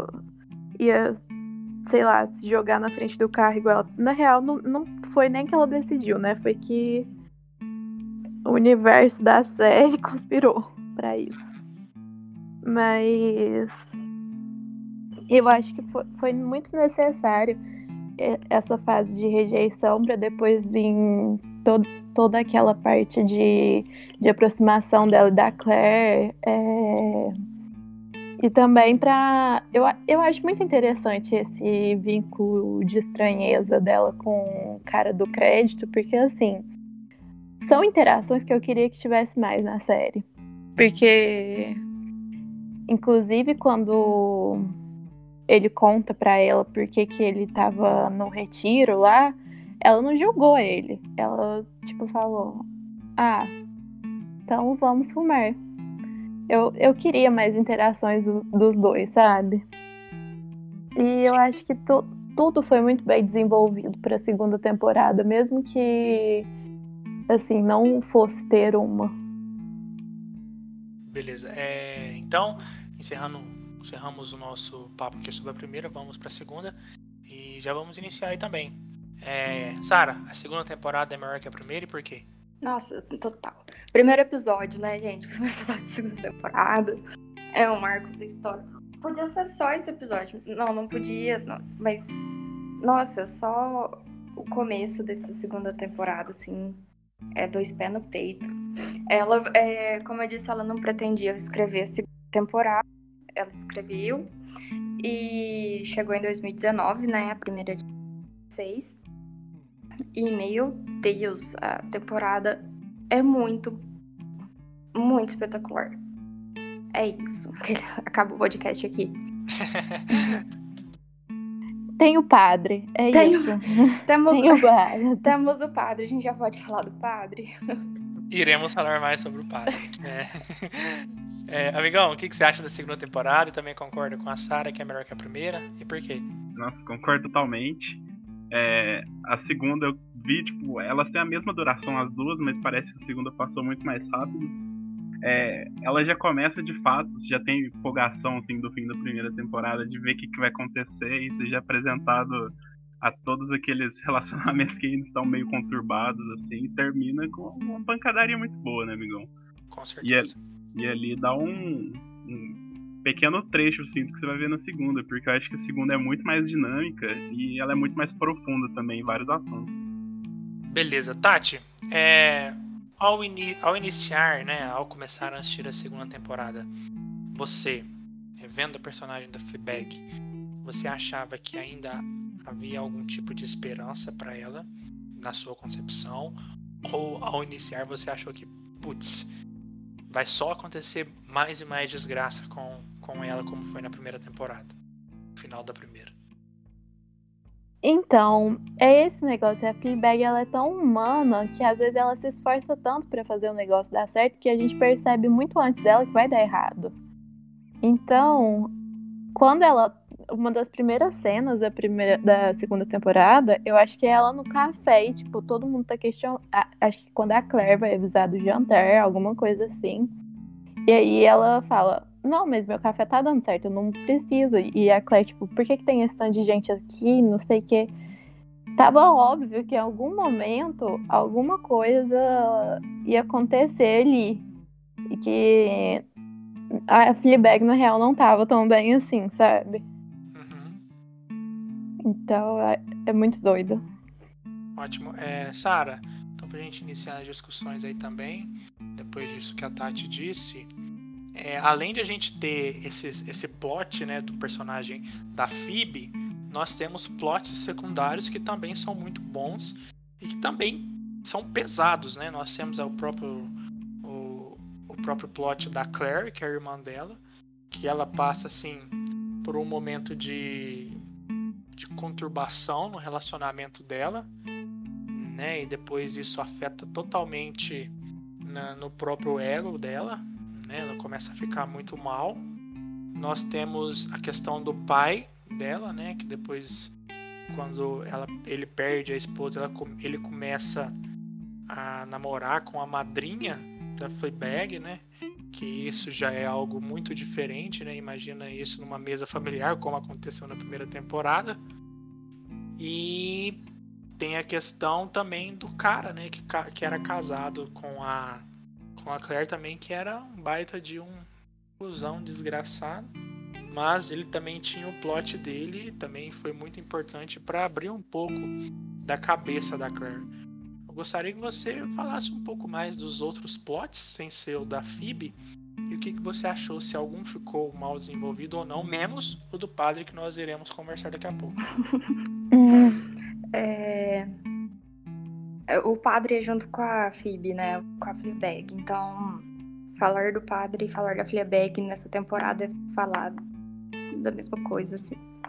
ia sei lá, se jogar na frente do carro igual ela. Na real, não, não foi nem que ela decidiu, né? Foi que o universo da série conspirou pra isso. Mas eu acho que foi, foi muito necessário essa fase de rejeição para depois vir todo, toda aquela parte de, de aproximação dela e da Claire. É... E também para... Eu, eu acho muito interessante esse vínculo de estranheza dela com o cara do crédito, porque, assim, são interações que eu queria que tivesse mais na série. Porque, inclusive, quando ele conta pra ela por que que ele tava no retiro lá, ela não julgou ele. Ela, tipo, falou, ah, então vamos fumar. Eu, eu queria mais interações do, dos dois, sabe? E eu acho que tu, tudo foi muito bem desenvolvido pra segunda temporada, mesmo que, assim, não fosse ter uma. Beleza. É, então, encerrando, encerramos o nosso papo aqui sobre a primeira, vamos pra segunda. E já vamos iniciar aí também. É, Sara, a segunda temporada é maior que a primeira e por quê? Nossa, total. Primeiro episódio, né, gente? Primeiro episódio da segunda temporada. É um marco da história. Podia ser só esse episódio. Não, não podia. Não. Mas, nossa, só o começo dessa segunda temporada, assim, é dois pés no peito. Ela, é, como eu disse, ela não pretendia escrever a segunda temporada. Ela escreveu. E chegou em dois mil e dezenove, né? A primeira de seis. E, meu Deus, a temporada é muito, muito espetacular. É isso. Acaba o podcast aqui. Tem o padre, é Tem- isso. Temos, Tem o padre. temos o padre. A gente já pode falar do padre? Iremos falar mais sobre o padre. É. É, amigão, o que que você acha da segunda temporada? E também concorda com a Sara que é melhor que a primeira? E por quê? Nossa, concordo totalmente. É, a segunda eu vi, tipo, elas têm a mesma duração as duas, mas parece que a segunda passou muito mais rápido. É, ela já começa de fato, você já tem empolgação assim, do fim da primeira temporada de ver o que, que vai acontecer, e você já é apresentado a todos aqueles relacionamentos que ainda estão meio conturbados, assim, e termina com uma pancadaria muito boa, né, amigão? Com E, certeza. e ali dá um, um pequeno trecho assim, do que você vai ver na segunda, porque eu acho que a segunda é muito mais dinâmica e ela é muito mais profunda também em vários assuntos. Beleza, Tati, é, ao, ini- ao iniciar, né, ao começar a assistir a segunda temporada, você, é, vendo a personagem da Fleabag, você achava que ainda havia algum tipo de esperança para ela, na sua concepção? Ou ao iniciar você achou que, putz, vai só acontecer mais e mais desgraça com, com ela, como foi na primeira temporada, no final da primeira? Então, é esse negócio. A Fleabag, ela é tão humana que às vezes ela se esforça tanto pra fazer o negócio dar certo que a gente percebe muito antes dela que vai dar errado. Então, quando ela... Uma das primeiras cenas da, primeira, da segunda temporada, eu acho que é ela no café e, tipo, todo mundo tá questionando... Acho que quando a Claire vai avisar do jantar, alguma coisa assim. E aí ela fala... Não, mas meu café tá dando certo, eu não preciso. E a Claire, tipo, por que que tem esse tanto de gente aqui, não sei o quê. Tava óbvio que em algum momento, alguma coisa ia acontecer ali. E que a Fleabag, na real, não tava tão bem assim, sabe? Uhum. Então, é, é muito doido. Ótimo. É, Sara, então pra gente iniciar as discussões aí também, depois disso que a Tati disse, é, além de a gente ter esse, esse plot, né, do personagem da Phoebe, nós temos plots secundários que também são muito bons e que também são pesados, né? Nós temos o próprio, o, o próprio plot da Claire, que é a irmã dela, que ela passa assim por um momento de, de conturbação no relacionamento dela, né? E depois isso afeta totalmente na, no próprio ego dela, né? Ela começa a ficar muito mal. Nós temos a questão do pai dela, né? Que depois, quando ela, ele perde a esposa, ela, ele começa a namorar com a madrinha da Fleabag, né? Que isso já é algo muito diferente, né? Imagina isso numa mesa familiar, como aconteceu na primeira temporada. E tem a questão também do cara, né? Que, que era casado com a, com a Claire também, que era um baita de um cuzão desgraçado. Mas ele também tinha o plot dele e também foi muito importante para abrir um pouco da cabeça da Claire. Eu gostaria que você falasse um pouco mais dos outros plots, sem ser o da Phoebe, e o que, que você achou, se algum ficou mal desenvolvido ou não, menos o do padre, que nós iremos conversar daqui a pouco. É... O padre é junto com a Phoebe, né? Com a Fleabag. Então, falar do padre e falar da Fleabag nessa temporada é falar da mesma coisa, assim.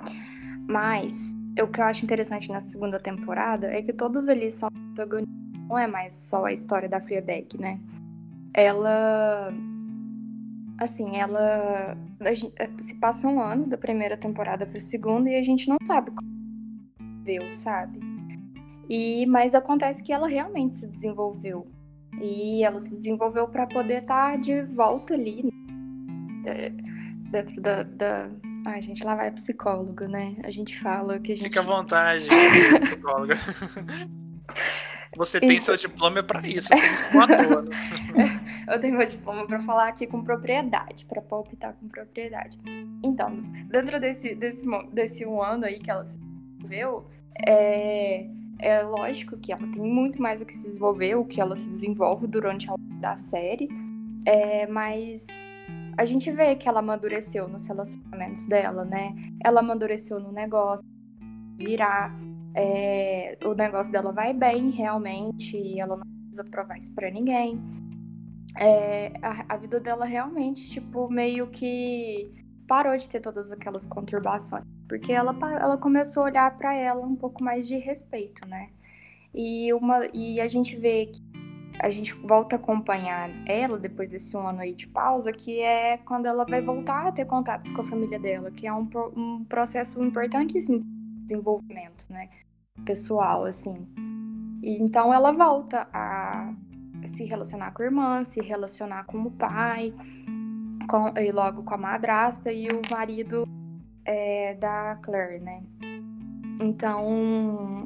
Mas o que eu acho interessante nessa segunda temporada é que todos eles são protagonistas. Não é mais só a história da Fleabag, né? Ela... Assim, ela... a gente- se passa um ano da primeira temporada pra segunda e a gente não sabe como viu, sabe? E, mas acontece que ela realmente se desenvolveu. E ela se desenvolveu pra poder estar de volta ali, né? Dentro da, da... Ai, gente, lá vai psicólogo, né? A gente fala que a gente... Fica à vontade, querida psicóloga. Você tem Então- seu diploma pra isso, você não é à toa, né? Eu tenho meu diploma pra falar aqui com propriedade, pra palpitar com propriedade. Então, dentro desse, desse, mo- desse um ano aí que ela se desenvolveu, é, é lógico que ela tem muito mais o que se desenvolver, o que ela se desenvolve durante a da série, é, mas a gente vê que ela amadureceu nos relacionamentos dela, né? Ela amadureceu no negócio, virar, é, o negócio dela vai bem realmente, e ela não precisa provar isso pra ninguém. É, a, a vida dela realmente, tipo, meio que parou de ter todas aquelas conturbações, porque ela, par- ela começou a olhar pra ela um pouco mais de respeito, né? E, uma, e a gente vê que a gente volta a acompanhar ela depois desse um ano aí de pausa, que é quando ela vai voltar a ter contatos com a família dela, que é um, pro- um processo importantíssimo de desenvolvimento, né? Pessoal, assim. E então ela volta a se relacionar com a irmã, se relacionar com o pai, com, e logo com a madrasta e o marido é, da Claire, né? Então,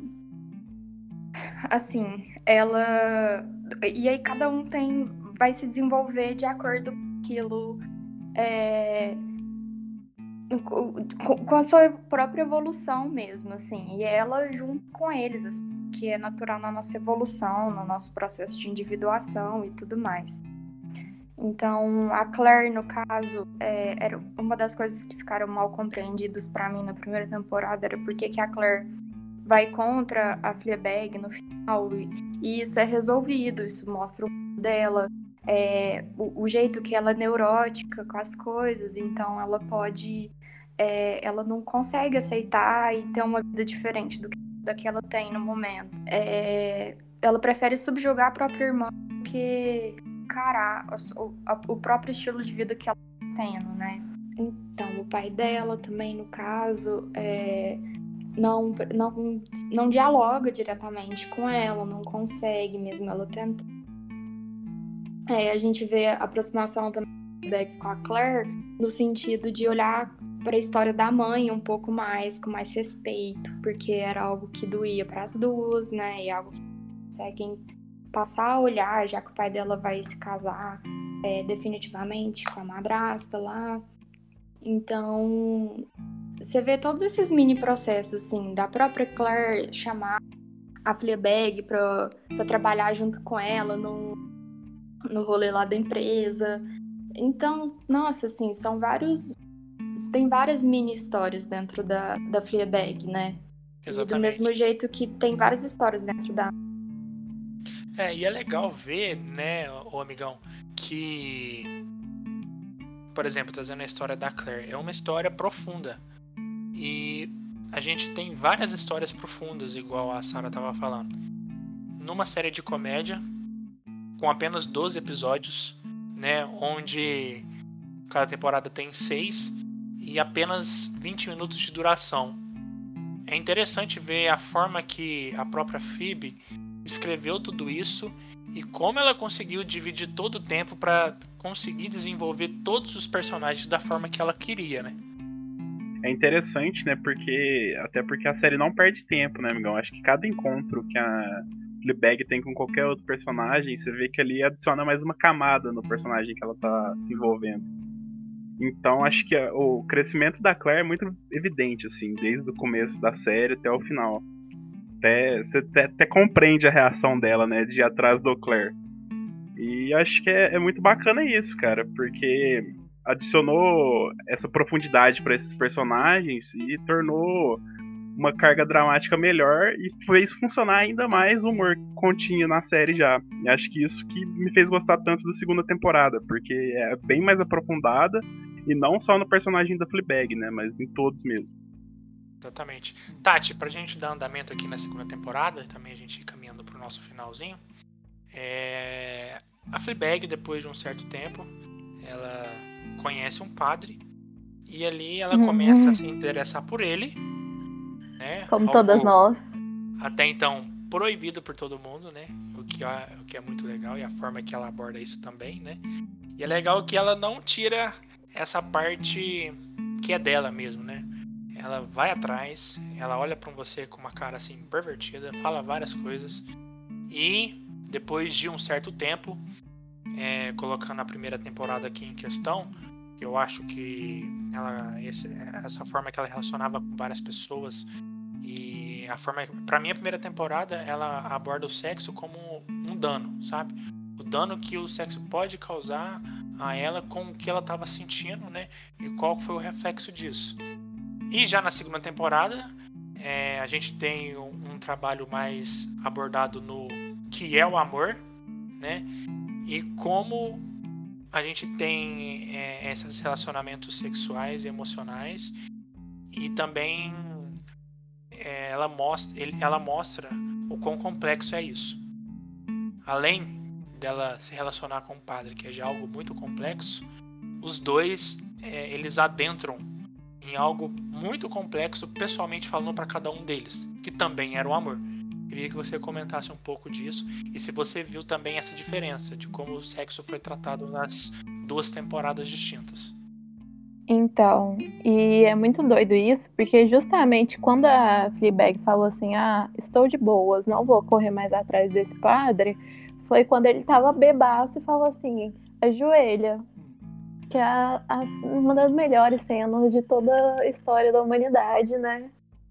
assim, ela... E aí cada um tem... vai se desenvolver de acordo com aquilo... É, com, com a sua própria evolução mesmo, assim. E ela junto com eles, assim, que é natural na nossa evolução, no nosso processo de individuação e tudo mais. Então, a Claire, no caso, é, era uma das coisas que ficaram mal compreendidas pra mim na primeira temporada, era porque que a Claire vai contra a Fleabag no final, e, e isso é resolvido, isso mostra o dela, é, o, o jeito que ela é neurótica com as coisas, então ela pode, é, ela não consegue aceitar e ter uma vida diferente do que, da que ela tem no momento. É, ela prefere subjugar a própria irmã do que encarar o, a, o próprio estilo de vida que ela tá tendo, né? Então, o pai dela também, no caso, é, não, não, não dialoga diretamente com ela, não consegue mesmo ela tenta. É, a gente vê a aproximação também do Beck com a Claire no sentido de olhar para a história da mãe um pouco mais, com mais respeito, porque era algo que doía para as duas, né? E algo que conseguem passar a olhar, já que o pai dela vai se casar é, definitivamente com a madrasta lá. Então, você vê todos esses mini processos, assim, da própria Claire chamar a Fleabag pra, pra trabalhar junto com ela no, no rolê lá da empresa. Então, nossa, assim, são vários... Tem várias mini histórias dentro da, da Fleabag, né? Exatamente. E do mesmo jeito que tem várias histórias dentro da... É, e é legal ver, né, o amigão, que, por exemplo, trazendo a história da Claire, é uma história profunda. E a gente tem várias histórias profundas, igual a Sarah estava falando. Numa série de comédia, com apenas doze episódios, né, onde cada temporada tem seis e apenas vinte minutos de duração. É interessante ver a forma que a própria Phoebe escreveu tudo isso e como ela conseguiu dividir todo o tempo para conseguir desenvolver todos os personagens da forma que ela queria, né? É interessante, né? Porque até porque a série não perde tempo, né, amigão? Acho que cada encontro que a Fleabag tem com qualquer outro personagem, você vê que ali adiciona mais uma camada no personagem que ela tá se envolvendo. Então acho que a, o crescimento da Claire é muito evidente, assim, desde o começo da série até o final. Até, você até, até compreende a reação dela, né, de ir atrás do Claire. E acho que é, é muito bacana isso, cara, porque adicionou essa profundidade para esses personagens e tornou uma carga dramática melhor e fez funcionar ainda mais o humor que continha na série já. E acho que isso que me fez gostar tanto da segunda temporada, porque é bem mais aprofundada e não só no personagem da Fleabag, né, mas em todos mesmo. Exatamente. Tati, pra gente dar andamento aqui na segunda temporada, também a gente ir caminhando pro nosso finalzinho, é... a Fleabag, depois de um certo tempo, ela conhece um padre e ali ela Uhum. começa a se interessar por ele, né? Como Algo todas nós. até então proibido por todo mundo, né? O que, é, o que é muito legal, e a forma que ela aborda isso também, né? E é legal que ela não tira essa parte que é dela mesmo, né? Ela vai atrás, ela olha pra você com uma cara assim pervertida, fala várias coisas e depois de um certo tempo, é, colocando a primeira temporada aqui em questão, eu acho que ela, esse, essa forma que ela relacionava com várias pessoas e a forma, pra mim a primeira temporada ela aborda o sexo como um dano, sabe? O dano que o sexo pode causar a ela com o que ela estava sentindo, né? E qual foi o reflexo disso. E já na segunda temporada, é, a gente tem um, um trabalho mais abordado no que é o amor, né? E como a gente tem é, esses relacionamentos sexuais e emocionais. E também é, ela, mostra, ele, ela mostra o quão complexo é isso. Além dela se relacionar com o padre, que é já algo muito complexo, os dois é, eles adentram em algo muito complexo, pessoalmente falando, para cada um deles, que também era o amor. Queria que você comentasse um pouco disso e se você viu também essa diferença de como o sexo foi tratado nas duas temporadas distintas. Então, e é muito doido isso, porque justamente quando a Fleabag falou assim, ah, estou de boas, não vou correr mais atrás desse padre, foi quando ele tava bebaço e falou assim, ajoelha, que é a, a, uma das melhores cenas de toda a história da humanidade, né?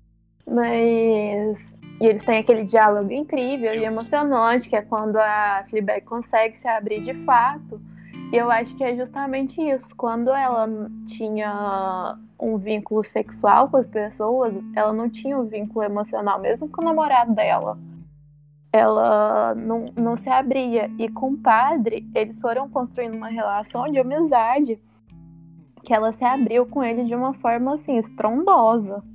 Mas... E eles têm aquele diálogo incrível Sim. e emocionante, que é quando a Fleabag consegue se abrir de fato. E eu acho que é justamente isso. Quando ela tinha um vínculo sexual com as pessoas, ela não tinha um vínculo emocional, mesmo com o namorado dela. Ela não, não se abria. E com o padre, eles foram construindo uma relação de amizade que ela se abriu com ele de uma forma, assim, estrondosa.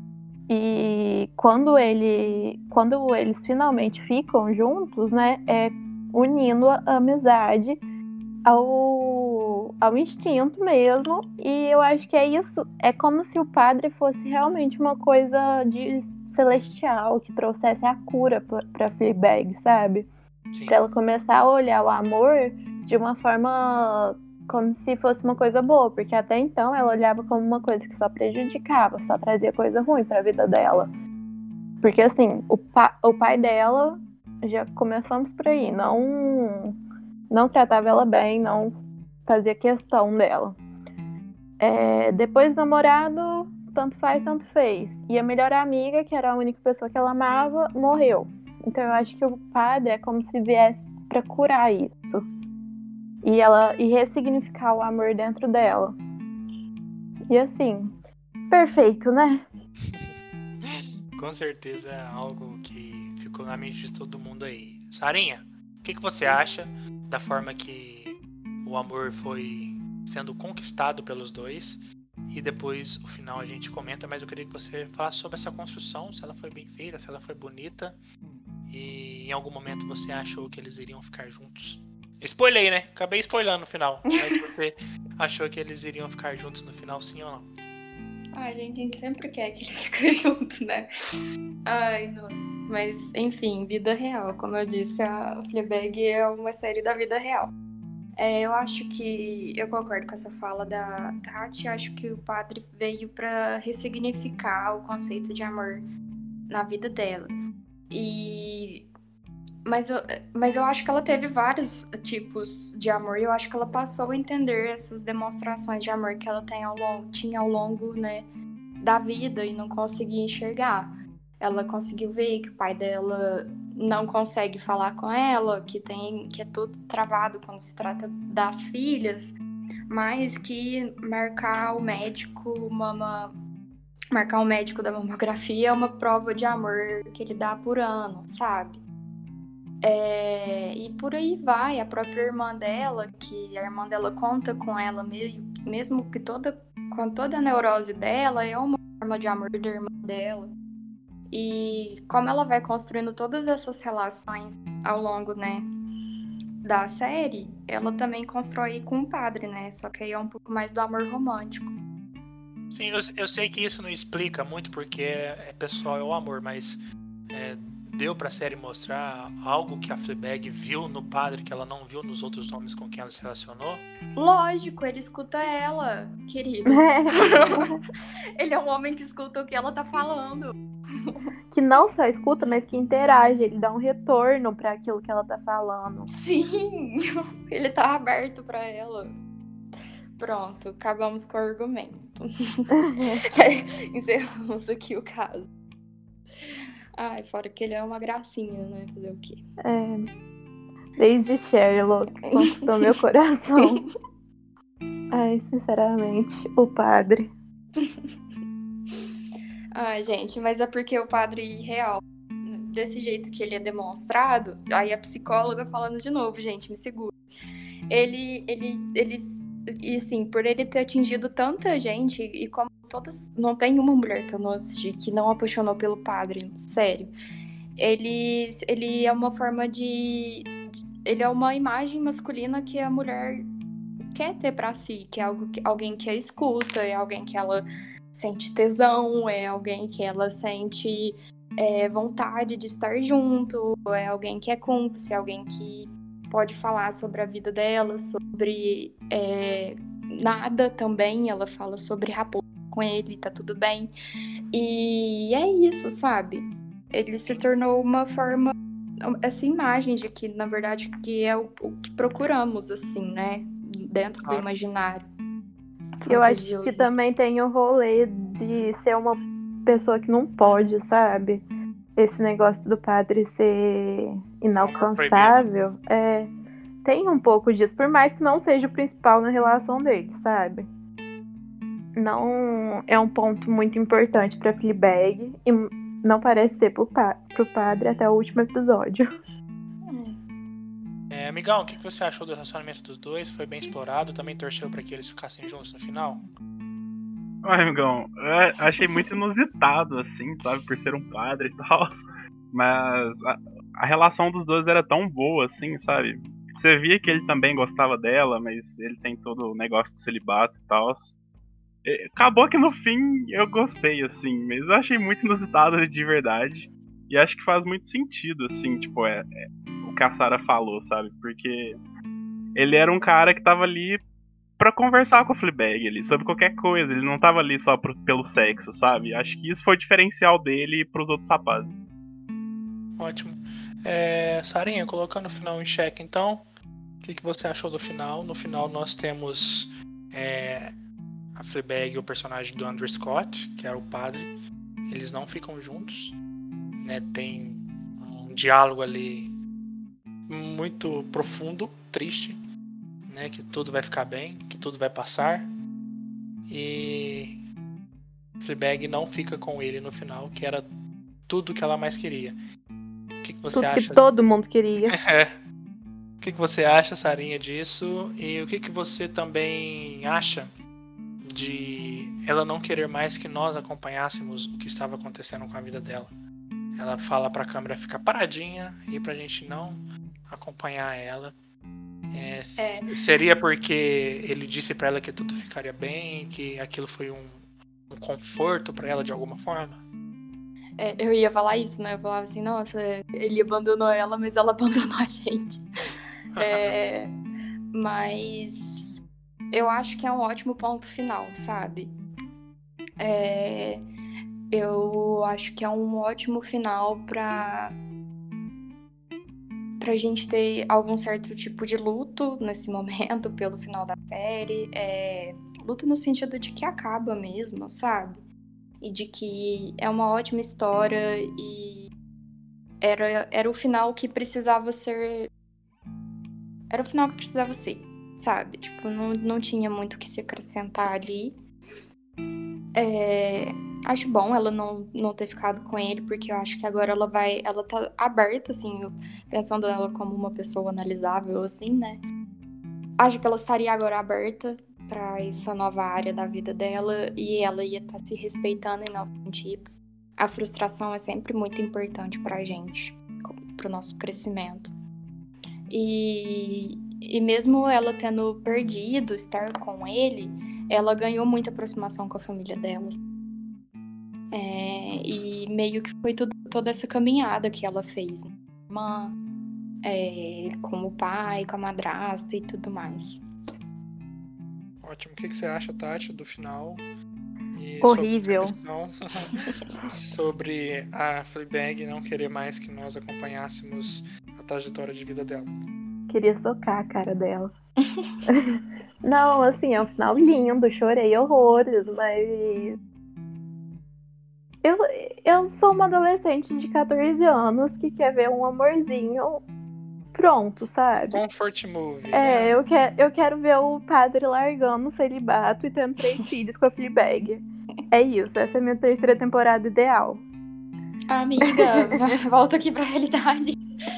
E quando, ele, quando eles finalmente ficam juntos, né, é unindo a amizade ao, ao instinto mesmo. E eu acho que é isso. É como se o padre fosse realmente uma coisa de celestial, que trouxesse a cura pra Fleabag, sabe? Sim. Pra ela começar a olhar o amor de uma forma como se fosse uma coisa boa, porque até então ela olhava como uma coisa que só prejudicava, só trazia coisa ruim pra vida dela. Porque assim, o, pa- o pai dela, já começamos por aí, não, não tratava ela bem, não fazia questão dela. É, depois do namorado, tanto faz, tanto fez. E a melhor amiga, que era a única pessoa que ela amava, morreu. Então eu acho que o padre é como se viesse pra curar isso. E, ela, e ressignificar o amor dentro dela. E assim, perfeito, né? Com certeza é algo que ficou na mente de todo mundo aí. Sarinha, o que, que você acha da forma que o amor foi sendo conquistado pelos dois? E depois, o final, a gente comenta, mas eu queria que você falasse sobre essa construção, se ela foi bem feita, se ela foi bonita. E em algum momento você achou que eles iriam ficar juntos? Spoilei, né? Acabei spoilando no final. Mas você achou que eles iriam ficar juntos no final, sim ou não? Ai, gente, a gente sempre quer que eles fiquem juntos, né? Ai, nossa. Mas, enfim, vida real. Como eu disse, a Fleabag é uma série da vida real. É, eu acho que... Eu concordo com essa fala da Tati. Acho que o padre veio pra ressignificar o conceito de amor na vida dela. E... Mas eu, mas eu acho que ela teve vários tipos de amor e eu acho que ela passou a entender essas demonstrações de amor que ela tem ao longo, tinha ao longo, né, da vida e não conseguia enxergar. Ela conseguiu ver que o pai dela não consegue falar com ela, que, tem, que é tudo travado quando se trata das filhas, mas que marcar o médico, mama, marcar o médico da mamografia é uma prova de amor que ele dá por ano, sabe? É, e por aí vai, a própria irmã dela, que a irmã dela conta com ela, meio, mesmo que toda, com toda a neurose dela, é uma forma forma de amor da irmã dela. E como ela vai construindo todas essas relações ao longo, né, da série, ela também constrói com o padre, né? Só que aí é um pouco mais do amor romântico. Sim, eu, eu sei que isso não explica muito porque é, é pessoal, é o amor, mas é, deu pra série mostrar algo que a Fleabag viu no padre que ela não viu nos outros homens com quem ela se relacionou? Lógico, ele escuta ela, querido. Ele é um homem que escuta o que ela tá falando. Que não só escuta, mas que interage. Ele dá um retorno pra aquilo que ela tá falando. Sim, ele tá aberto pra ela. Pronto, acabamos com o argumento. Encerramos aqui o caso. Ai, fora que ele é uma gracinha, né? Fazer o quê? É, desde Sherlock, conquistou meu coração. Ai, sinceramente, o padre. Ai, gente, mas é porque o padre real, desse jeito que ele é demonstrado, aí a psicóloga falando de novo, gente, me segura. Ele, ele, ele, e assim, por ele ter atingido tanta gente, e como todas, não tem uma mulher que eu não assisti que não apaixonou pelo padre, sério. Ele, ele é uma forma de, ele é uma imagem masculina que a mulher quer ter pra si, que é algo que, alguém que a escuta, é alguém que ela sente tesão, é alguém que ela sente é, vontade de estar junto, é alguém que é cúmplice, é alguém que pode falar sobre a vida dela, sobre é, nada também, ela fala sobre raposa com ele, tá tudo bem. E é isso, sabe? Ele se tornou uma forma, essa imagem de que, na verdade, que é o, o que procuramos, assim, né? Dentro Claro. do imaginário. Eu acho que também tem o rolê de ser uma pessoa que não pode, sabe? Esse negócio do padre ser inalcançável. É, tem um pouco disso, por mais que não seja o principal na relação dele, sabe? Não é um ponto muito importante pra Fleabag e não parece ser pro, pa- pro padre até o último episódio. É, amigão, o que você achou do relacionamento dos dois? Foi bem explorado? Também torceu pra que eles ficassem juntos no final? Ai, amigão, eu achei muito inusitado, assim, sabe, por ser um padre e tal. Mas a, a relação dos dois era tão boa, assim, sabe? Você via que ele também gostava dela, mas ele tem todo o negócio de celibato e tal. E acabou que no fim eu gostei, assim, mas eu achei muito inusitado de verdade. E acho que faz muito sentido, assim, tipo, é, é o que a Sarah falou, sabe? Porque ele era um cara que tava ali pra conversar com a Fleabag ali, sobre qualquer coisa. Ele não tava ali só pro, pelo sexo, sabe? Acho que isso foi o diferencial dele pros outros rapazes. Ótimo. É, Sarinha, colocando o final em xeque, então, o que, que você achou do final? No final nós temos é, a Fleabag e o personagem do Andrew Scott, que era o padre. Eles não ficam juntos, né? Tem um diálogo ali muito profundo, triste, né? Que tudo vai ficar bem, que tudo vai passar. E Fleabag não fica com ele no final, que era tudo que ela mais queria. O que, que você Tudo acha? que todo mundo queria. É. O que, que você acha, Sarinha, disso? E o que, que você também acha de ela não querer mais que nós acompanhássemos o que estava acontecendo com a vida dela? Ela fala pra câmera ficar paradinha e pra gente não acompanhar ela. É, É. Seria porque ele disse pra ela que tudo ficaria bem, que aquilo foi um, um conforto pra ela de alguma forma? É, eu ia falar isso, né? Eu falava assim, nossa, ele abandonou ela, mas ela abandonou a gente. É, mas eu acho que é um ótimo ponto final, sabe? É, eu acho que é um ótimo final pra, pra gente ter algum certo tipo de luto nesse momento, pelo final da série. É, luto no sentido de que acaba mesmo, sabe? E de que é uma ótima história e era, era o final que precisava ser. Era o final que precisava ser, sabe? Tipo, não, não tinha muito o que se acrescentar ali. É, acho bom ela não, não ter ficado com ele, porque eu acho que agora ela vai. Ela tá aberta, assim, pensando ela como uma pessoa analisável, assim, né? Acho que ela estaria agora aberta para essa nova área da vida dela e ela ia estar se respeitando em novos sentidos. A frustração é sempre muito importante pra gente, pro nosso crescimento. E, e mesmo ela tendo perdido estar com ele, ela ganhou muita aproximação com a família dela. É, e meio que foi tudo, toda essa caminhada que ela fez. Né? Uma, é, com o pai, com a madrasta e tudo mais. Ótimo. O que, que você acha, Tati, do final? E Horrível. sua percepção sobre a Fleabag não querer mais que nós acompanhássemos a trajetória de vida dela. Queria socar a cara dela. Não, assim, é um final lindo, chorei horrores, mas... Eu, eu sou uma adolescente de catorze anos que quer ver um amorzinho pronto, sabe? Comfort movie, É, né? eu, quer, eu quero ver o padre largando o celibato e tendo três filhos com a Fleabag. É isso, essa é a minha terceira temporada ideal. Amiga, volta aqui pra realidade.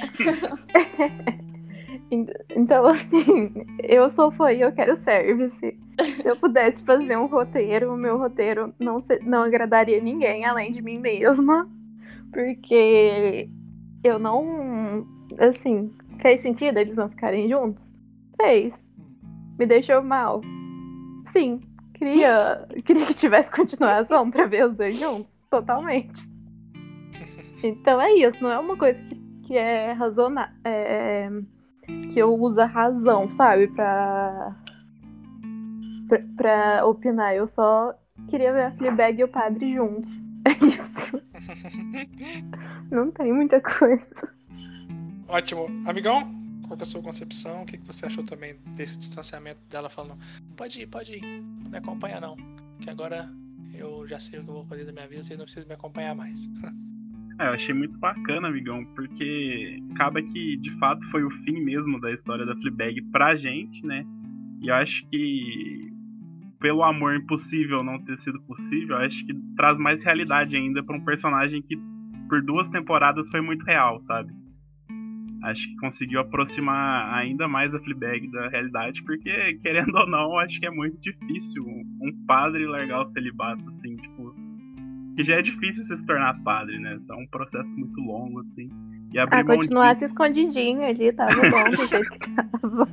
Então, assim, eu sou fã e eu quero service. Se eu pudesse fazer um roteiro, o meu roteiro não, se, não agradaria ninguém além de mim mesma. Porque eu não... Assim, fez sentido eles não ficarem juntos? Fez. Me deixou mal? Sim. Queria, queria que tivesse continuação pra ver os dois juntos. Totalmente. Então é isso. Não é uma coisa que, que é razonável. É, que eu uso a razão, sabe? Pra, pra, pra opinar. Eu só queria ver a Fleabag e o padre juntos. É isso. Não tem muita coisa. Ótimo. Amigão, qual que é a sua concepção? O que, que você achou também desse distanciamento dela falando pode ir, pode ir, não me acompanha não, que agora eu já sei o que eu vou fazer da minha vida, vocês não precisam me acompanhar mais. É, eu achei muito bacana, amigão, porque acaba que de fato foi o fim mesmo da história da Fleabag pra gente, né? E eu acho que pelo amor impossível não ter sido possível, eu acho que traz mais realidade ainda pra um personagem que por duas temporadas foi muito real, sabe? Acho que conseguiu aproximar ainda mais a Fleabag da realidade, porque, querendo ou não, acho que é muito difícil um padre largar o celibato, assim, tipo... Que já é difícil se tornar padre, né? É um processo muito longo, assim. E abrir Ah, mão continuasse disso... escondidinho ali, tava bom do jeito que tava.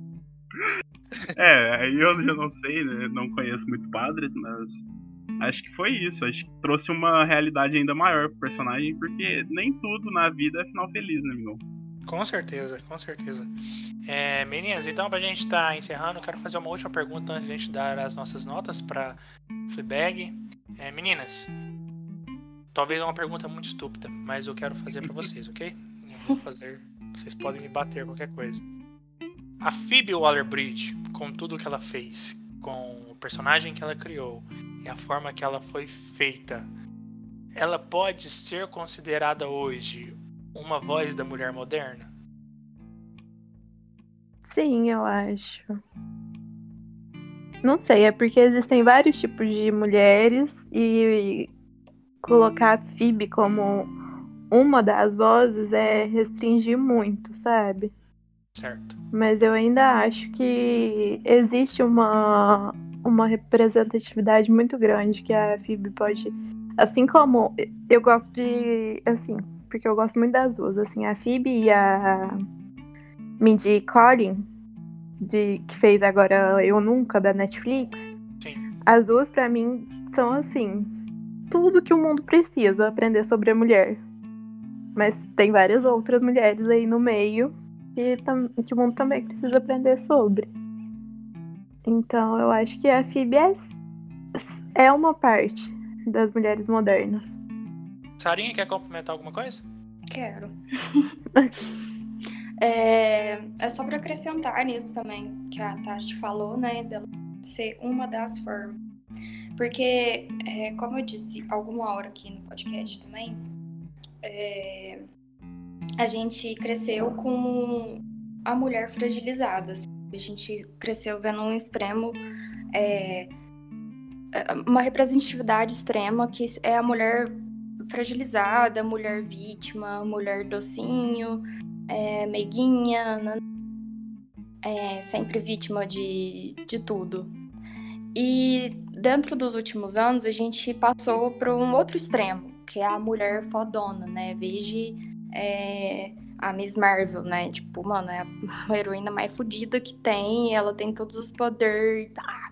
É, aí eu já não sei, né? Não conheço muitos padres, mas... Acho que foi isso. Acho que trouxe uma realidade ainda maior pro personagem, porque nem tudo na vida é final feliz, né, amigo? Com certeza, com certeza. É, meninas, então pra gente estar tá encerrando, eu quero fazer uma última pergunta antes de a gente dar as nossas notas pra Fleabag. É, meninas, talvez é uma pergunta muito estúpida, mas eu quero fazer pra vocês, ok? Eu vou fazer, vocês podem me bater qualquer coisa. A Phoebe Waller-Bridge, com tudo que ela fez, com o personagem que ela criou e a forma que ela foi feita, ela pode ser considerada hoje uma voz da mulher moderna? Sim, eu acho. Não sei, é porque existem vários tipos de mulheres e colocar a Phoebe como uma das vozes é restringir muito, sabe? Certo. Mas eu ainda acho que existe uma, uma representatividade muito grande que a Phoebe pode... Assim como eu gosto de... Assim, porque eu gosto muito das duas. Assim, a Phoebe e a Mindy Kaling, de, que fez agora Eu Nunca, da Netflix. Sim. As duas, pra mim, são assim... Tudo que o mundo precisa aprender sobre a mulher. Mas tem várias outras mulheres aí no meio que, tam, que o mundo também precisa aprender sobre. Então eu acho que a Phoebe é, é uma parte das mulheres modernas. Sarinha, quer complementar alguma coisa? Quero. é, é só pra acrescentar nisso também, que a Tati falou, né, dela ser uma das formas. Porque, é, como eu disse alguma hora aqui no podcast também, é, a gente cresceu com a mulher fragilizada. Assim. A gente cresceu vendo um extremo, é, uma representatividade extrema que é a mulher fragilizada, a mulher vítima, a mulher docinho, é, meiguinha, é, sempre vítima de, de tudo. E dentro dos últimos anos, a gente passou para um outro extremo, que é a mulher fodona, né? Veja é, a Miss Marvel, né? Tipo, mano, é a heroína mais fodida que tem, ela tem todos os poderes, tá?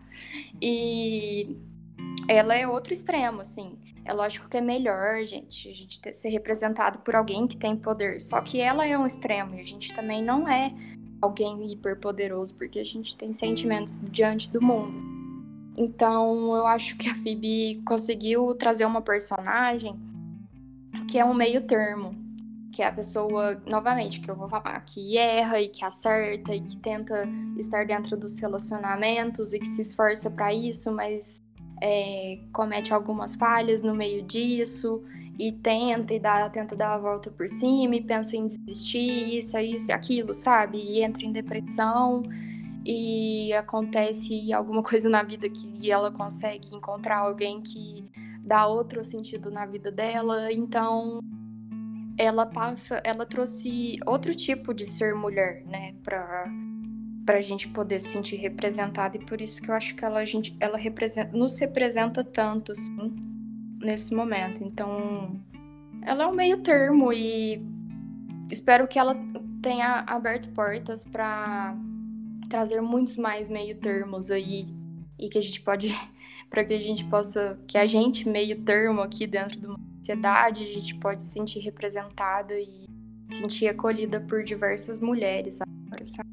E ela é outro extremo, assim. É lógico que é melhor, gente, a gente ter, ser representado por alguém que tem poder. Só que ela é um extremo e a gente também não é alguém hiperpoderoso, porque a gente tem sentimentos diante do mundo. Então, eu acho que a Phoebe conseguiu trazer uma personagem que é um meio termo. Que é a pessoa, novamente, que eu vou falar, que erra e que acerta e que tenta estar dentro dos relacionamentos e que se esforça para isso, mas é, comete algumas falhas no meio disso e tenta e dá, tenta dar a volta por cima e pensa em desistir, isso, isso e aquilo, sabe? E entra em depressão e acontece alguma coisa na vida que ela consegue encontrar alguém que dá outro sentido na vida dela. Então ela passa, ela trouxe outro tipo de ser mulher, né, pra, pra gente poder se sentir representada, e por isso que eu acho que ela, a gente, ela representa, nos representa tanto, assim, nesse momento. Então, ela é um meio termo e espero que ela tenha aberto portas pra trazer muitos mais meio termos aí, e que a gente pode, para que a gente possa, que a gente meio termo aqui dentro de uma sociedade, a gente pode se sentir representada e sentir acolhida por diversas mulheres agora, sabe?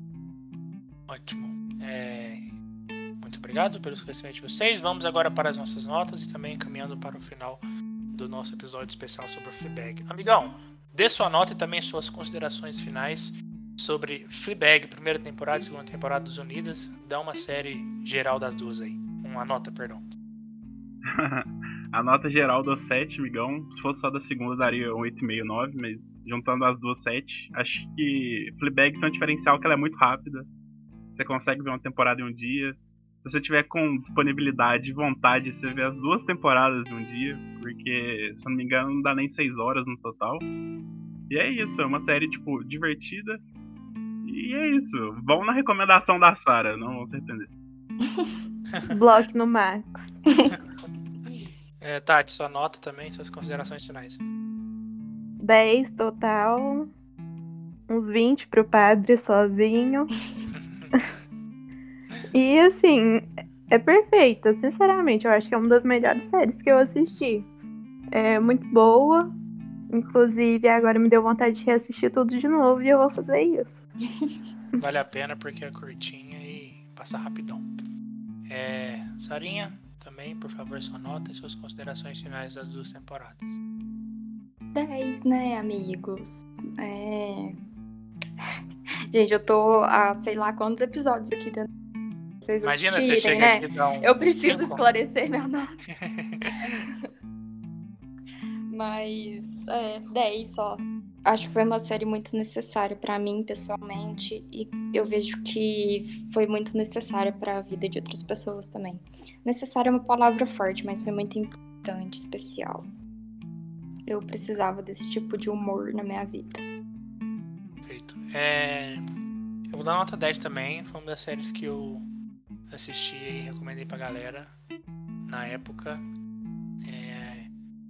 Ótimo. É... Muito obrigado pelo esclarecimento de vocês. Vamos agora para as nossas notas e também caminhando para o final do nosso episódio especial sobre o Fleabag. Amigão, dê sua nota e também suas considerações finais sobre Fleabag, primeira temporada e segunda temporada dos Unidas. Dá uma série geral das duas aí. Uma nota, perdão. A nota geral do sete, migão. Se fosse só da segunda, daria um oito vírgula cinco, nove, mas juntando as duas, sete. Acho que Fleabag tem um diferencial que ela é muito rápida. Você consegue ver uma temporada em um dia. Se você tiver com disponibilidade e vontade, você vê as duas temporadas em um dia, porque, se eu não me engano, não dá nem seis horas no total. E é isso, é uma série, tipo, divertida. E é isso. Vão na recomendação da Sarah, não vão se arrepender. Bloco no Max. É, Tati, sua nota também, suas considerações finais. dez total. Uns vinte pro padre sozinho. E assim, é perfeita. Sinceramente, eu acho que é uma das melhores séries que eu assisti. É muito boa. Inclusive, agora me deu vontade de reassistir tudo de novo e eu vou fazer isso. Vale a pena porque é curtinha e passa rapidão. É, Sarinha, também, por favor, sua nota e suas considerações finais das duas temporadas. dez, né, amigos? É... Gente, eu tô há sei lá quantos episódios aqui dentro de vocês Imagina assistirem, você chega né? aqui e dá um Eu preciso cinco. esclarecer meu nome. Mas, é, dez só. Acho que foi uma série muito necessária pra mim, pessoalmente, e eu vejo que foi muito necessária pra vida de outras pessoas também. Necessária é uma palavra forte, mas foi muito importante, especial. Eu precisava desse tipo de humor na minha vida. Perfeito. É, eu vou dar nota dez também. Foi uma das séries que eu assisti e recomendei pra galera na época. É...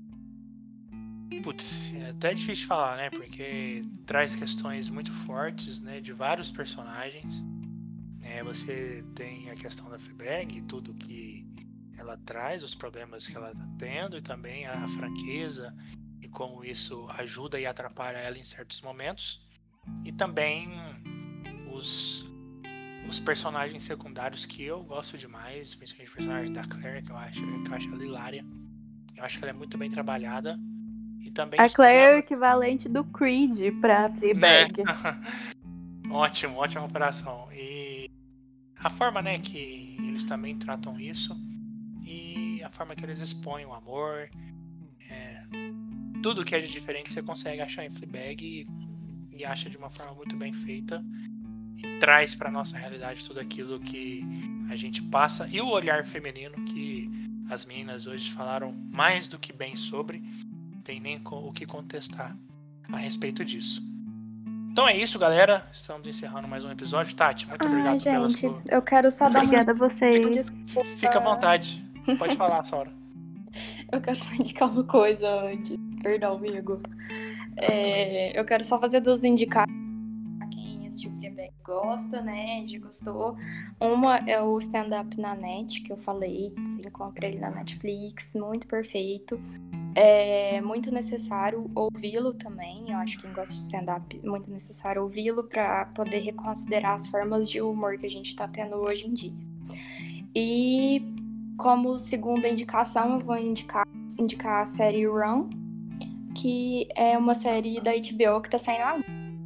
Putz, é até difícil de falar, né? Porque traz questões muito fortes, né? De vários personagens. É, você tem a questão da Fleabag e tudo que ela traz, os problemas que ela tá tendo, e também a franqueza e como isso ajuda e atrapalha ela em certos momentos. E também os, os personagens secundários que eu gosto demais, principalmente o personagem da Claire, que eu acho, que eu acho ela hilária. Eu acho que ela é muito bem trabalhada. E também A os Claire é o problemas, equivalente do Creed pra Fleabag. né? Ótimo, ótima comparação. E a forma, né, que eles também tratam isso e a forma que eles expõem o amor, é, tudo que é de diferente você consegue achar em Fleabag e, e acha de uma forma muito bem feita e traz para nossa realidade tudo aquilo que a gente passa e o olhar feminino que as meninas hoje falaram mais do que bem sobre, tem nem o que contestar a respeito disso. Então é isso, galera. Estamos encerrando mais um episódio. Tati, muito obrigado Ai, pela gente, sua... eu quero só dar Obrigada a uma vocês. desculpa. Fica à vontade. Pode falar, Saura. Eu quero só indicar uma coisa antes. Perdão, amigo. É, eu quero só fazer duas indicações pra quem assistiu Fleabag gosta, né? Já gostou. Uma é o stand-up na net, que eu falei. Você encontra ele na Netflix. Muito perfeito. É muito necessário ouvi-lo também. Eu acho que quem gosta de stand-up é muito necessário ouvi-lo para poder reconsiderar as formas de humor que a gente está tendo hoje em dia. E como segunda indicação, eu vou indicar, indicar a série Run, que é uma série da H B O que está saindo agora,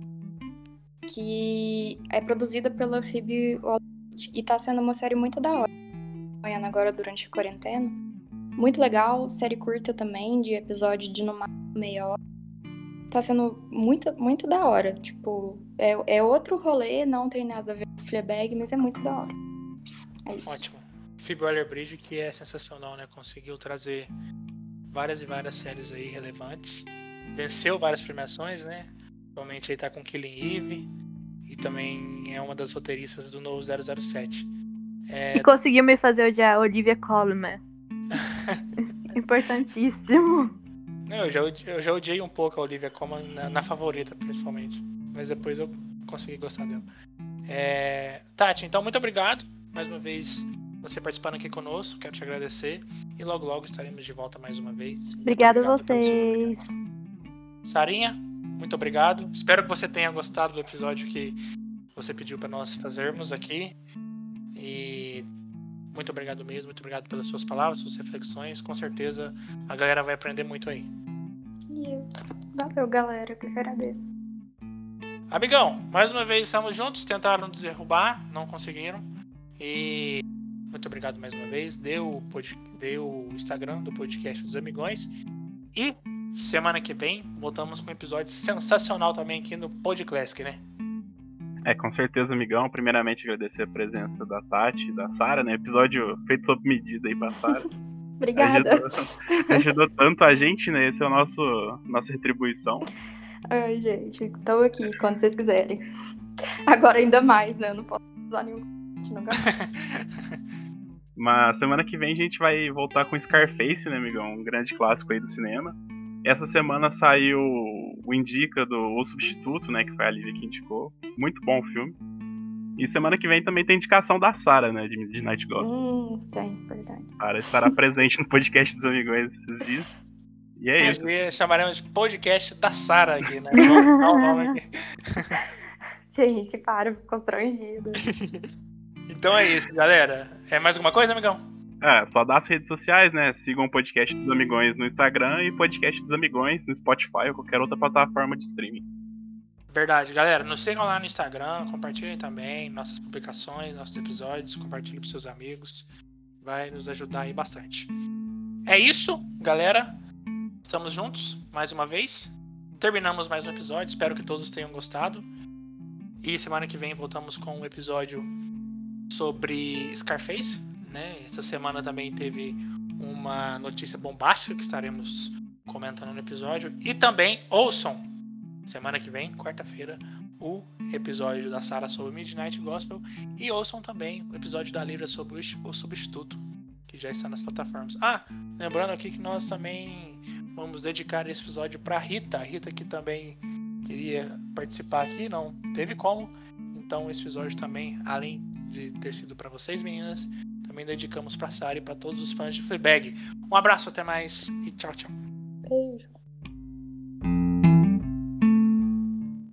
que é produzida pela Phoebe Waller-Bridge e está sendo uma série muito da hora, acompanhando agora durante a quarentena. Muito legal, série curta também, de episódio de no máximo meia hora. Tá sendo muito, muito da hora. Tipo, é, é outro rolê, não tem nada a ver com Fleabag, mas é muito da hora. É isso. Ótimo. Phoebe Waller-Bridge, que é sensacional, né? Conseguiu trazer várias e várias séries aí relevantes. Venceu várias premiações, né? Atualmente aí tá com Killing Eve. E também é uma das roteiristas do novo zero zero sete. É... E conseguiu me fazer odiar a Olivia Colman. Importantíssimo. Não, eu, já, eu já odiei um pouco a Olivia Colman na, na favorita, principalmente. Mas depois eu consegui gostar dela. É... Tati, então muito obrigado mais uma vez você participando aqui conosco. Quero te agradecer. E logo logo estaremos de volta mais uma vez. Obrigada a Obrigado pelo seu vocês. depoimento. Sarinha, muito obrigado. Espero que você tenha gostado do episódio que você pediu para nós fazermos aqui. E muito obrigado mesmo, muito obrigado pelas suas palavras, suas reflexões. Com certeza a galera vai aprender muito aí. E eu. Valeu, galera, que eu agradeço. Amigão, mais uma vez estamos juntos. Tentaram nos derrubar, não conseguiram. E muito obrigado mais uma vez. Dê o, pod... Dê o Instagram do podcast dos Amigões. E semana que vem voltamos com um episódio sensacional também aqui no Pod Classic, né? É, com certeza, amigão. Primeiramente, agradecer a presença da Tati e da Sara, né? Episódio feito sob medida aí pra Sara. Obrigada. Ajudou, ajudou tanto a gente, né? Esse é o nosso nossa retribuição. Ai, gente, tô aqui quando vocês quiserem. Agora ainda mais, né? Eu não posso usar nenhum convite, não. Mas semana que vem a gente vai voltar com Scarface, né, amigão? Um grande clássico aí do cinema. Essa semana saiu o Indica do O Substituto, né? Que foi a Lívia que indicou. Muito bom o filme. E semana que vem também tem indicação da Sara, né? De Midnight Gospel. Hum, tem, verdade. A Sara estará presente no podcast dos Amigões esses dias. E é isso. Nós chamaremos de podcast da Sara aqui, né? Vamos dar o nome aqui. Gente, para, fico constrangida. Então é isso, galera. É mais alguma coisa, amigão? É, só dá as redes sociais, né? Sigam o podcast dos Amigões no Instagram e podcast dos Amigões no Spotify ou qualquer outra plataforma de streaming. Verdade, galera. Nos sigam lá no Instagram, compartilhem também nossas publicações, nossos episódios, compartilhem para seus amigos. Vai nos ajudar aí bastante. É isso, galera. Estamos juntos mais uma vez. Terminamos mais um episódio. Espero que todos tenham gostado. E semana que vem voltamos com um episódio sobre Scarface, né? Essa semana também teve uma notícia bombástica que estaremos comentando no episódio. E também ouçam, semana que vem, quarta-feira, o episódio da Sara sobre Midnight Gospel. E ouçam também o episódio da Lívia sobre o Substituto, que já está nas plataformas. Ah, lembrando aqui que nós também vamos dedicar esse episódio para Rita. A Rita que também queria participar aqui, não teve como. Então esse episódio também, além de ter sido para vocês, meninas, também dedicamos para Sara e para todos os fãs de Fleabag. Um abraço, até mais e tchau, tchau. Beijo.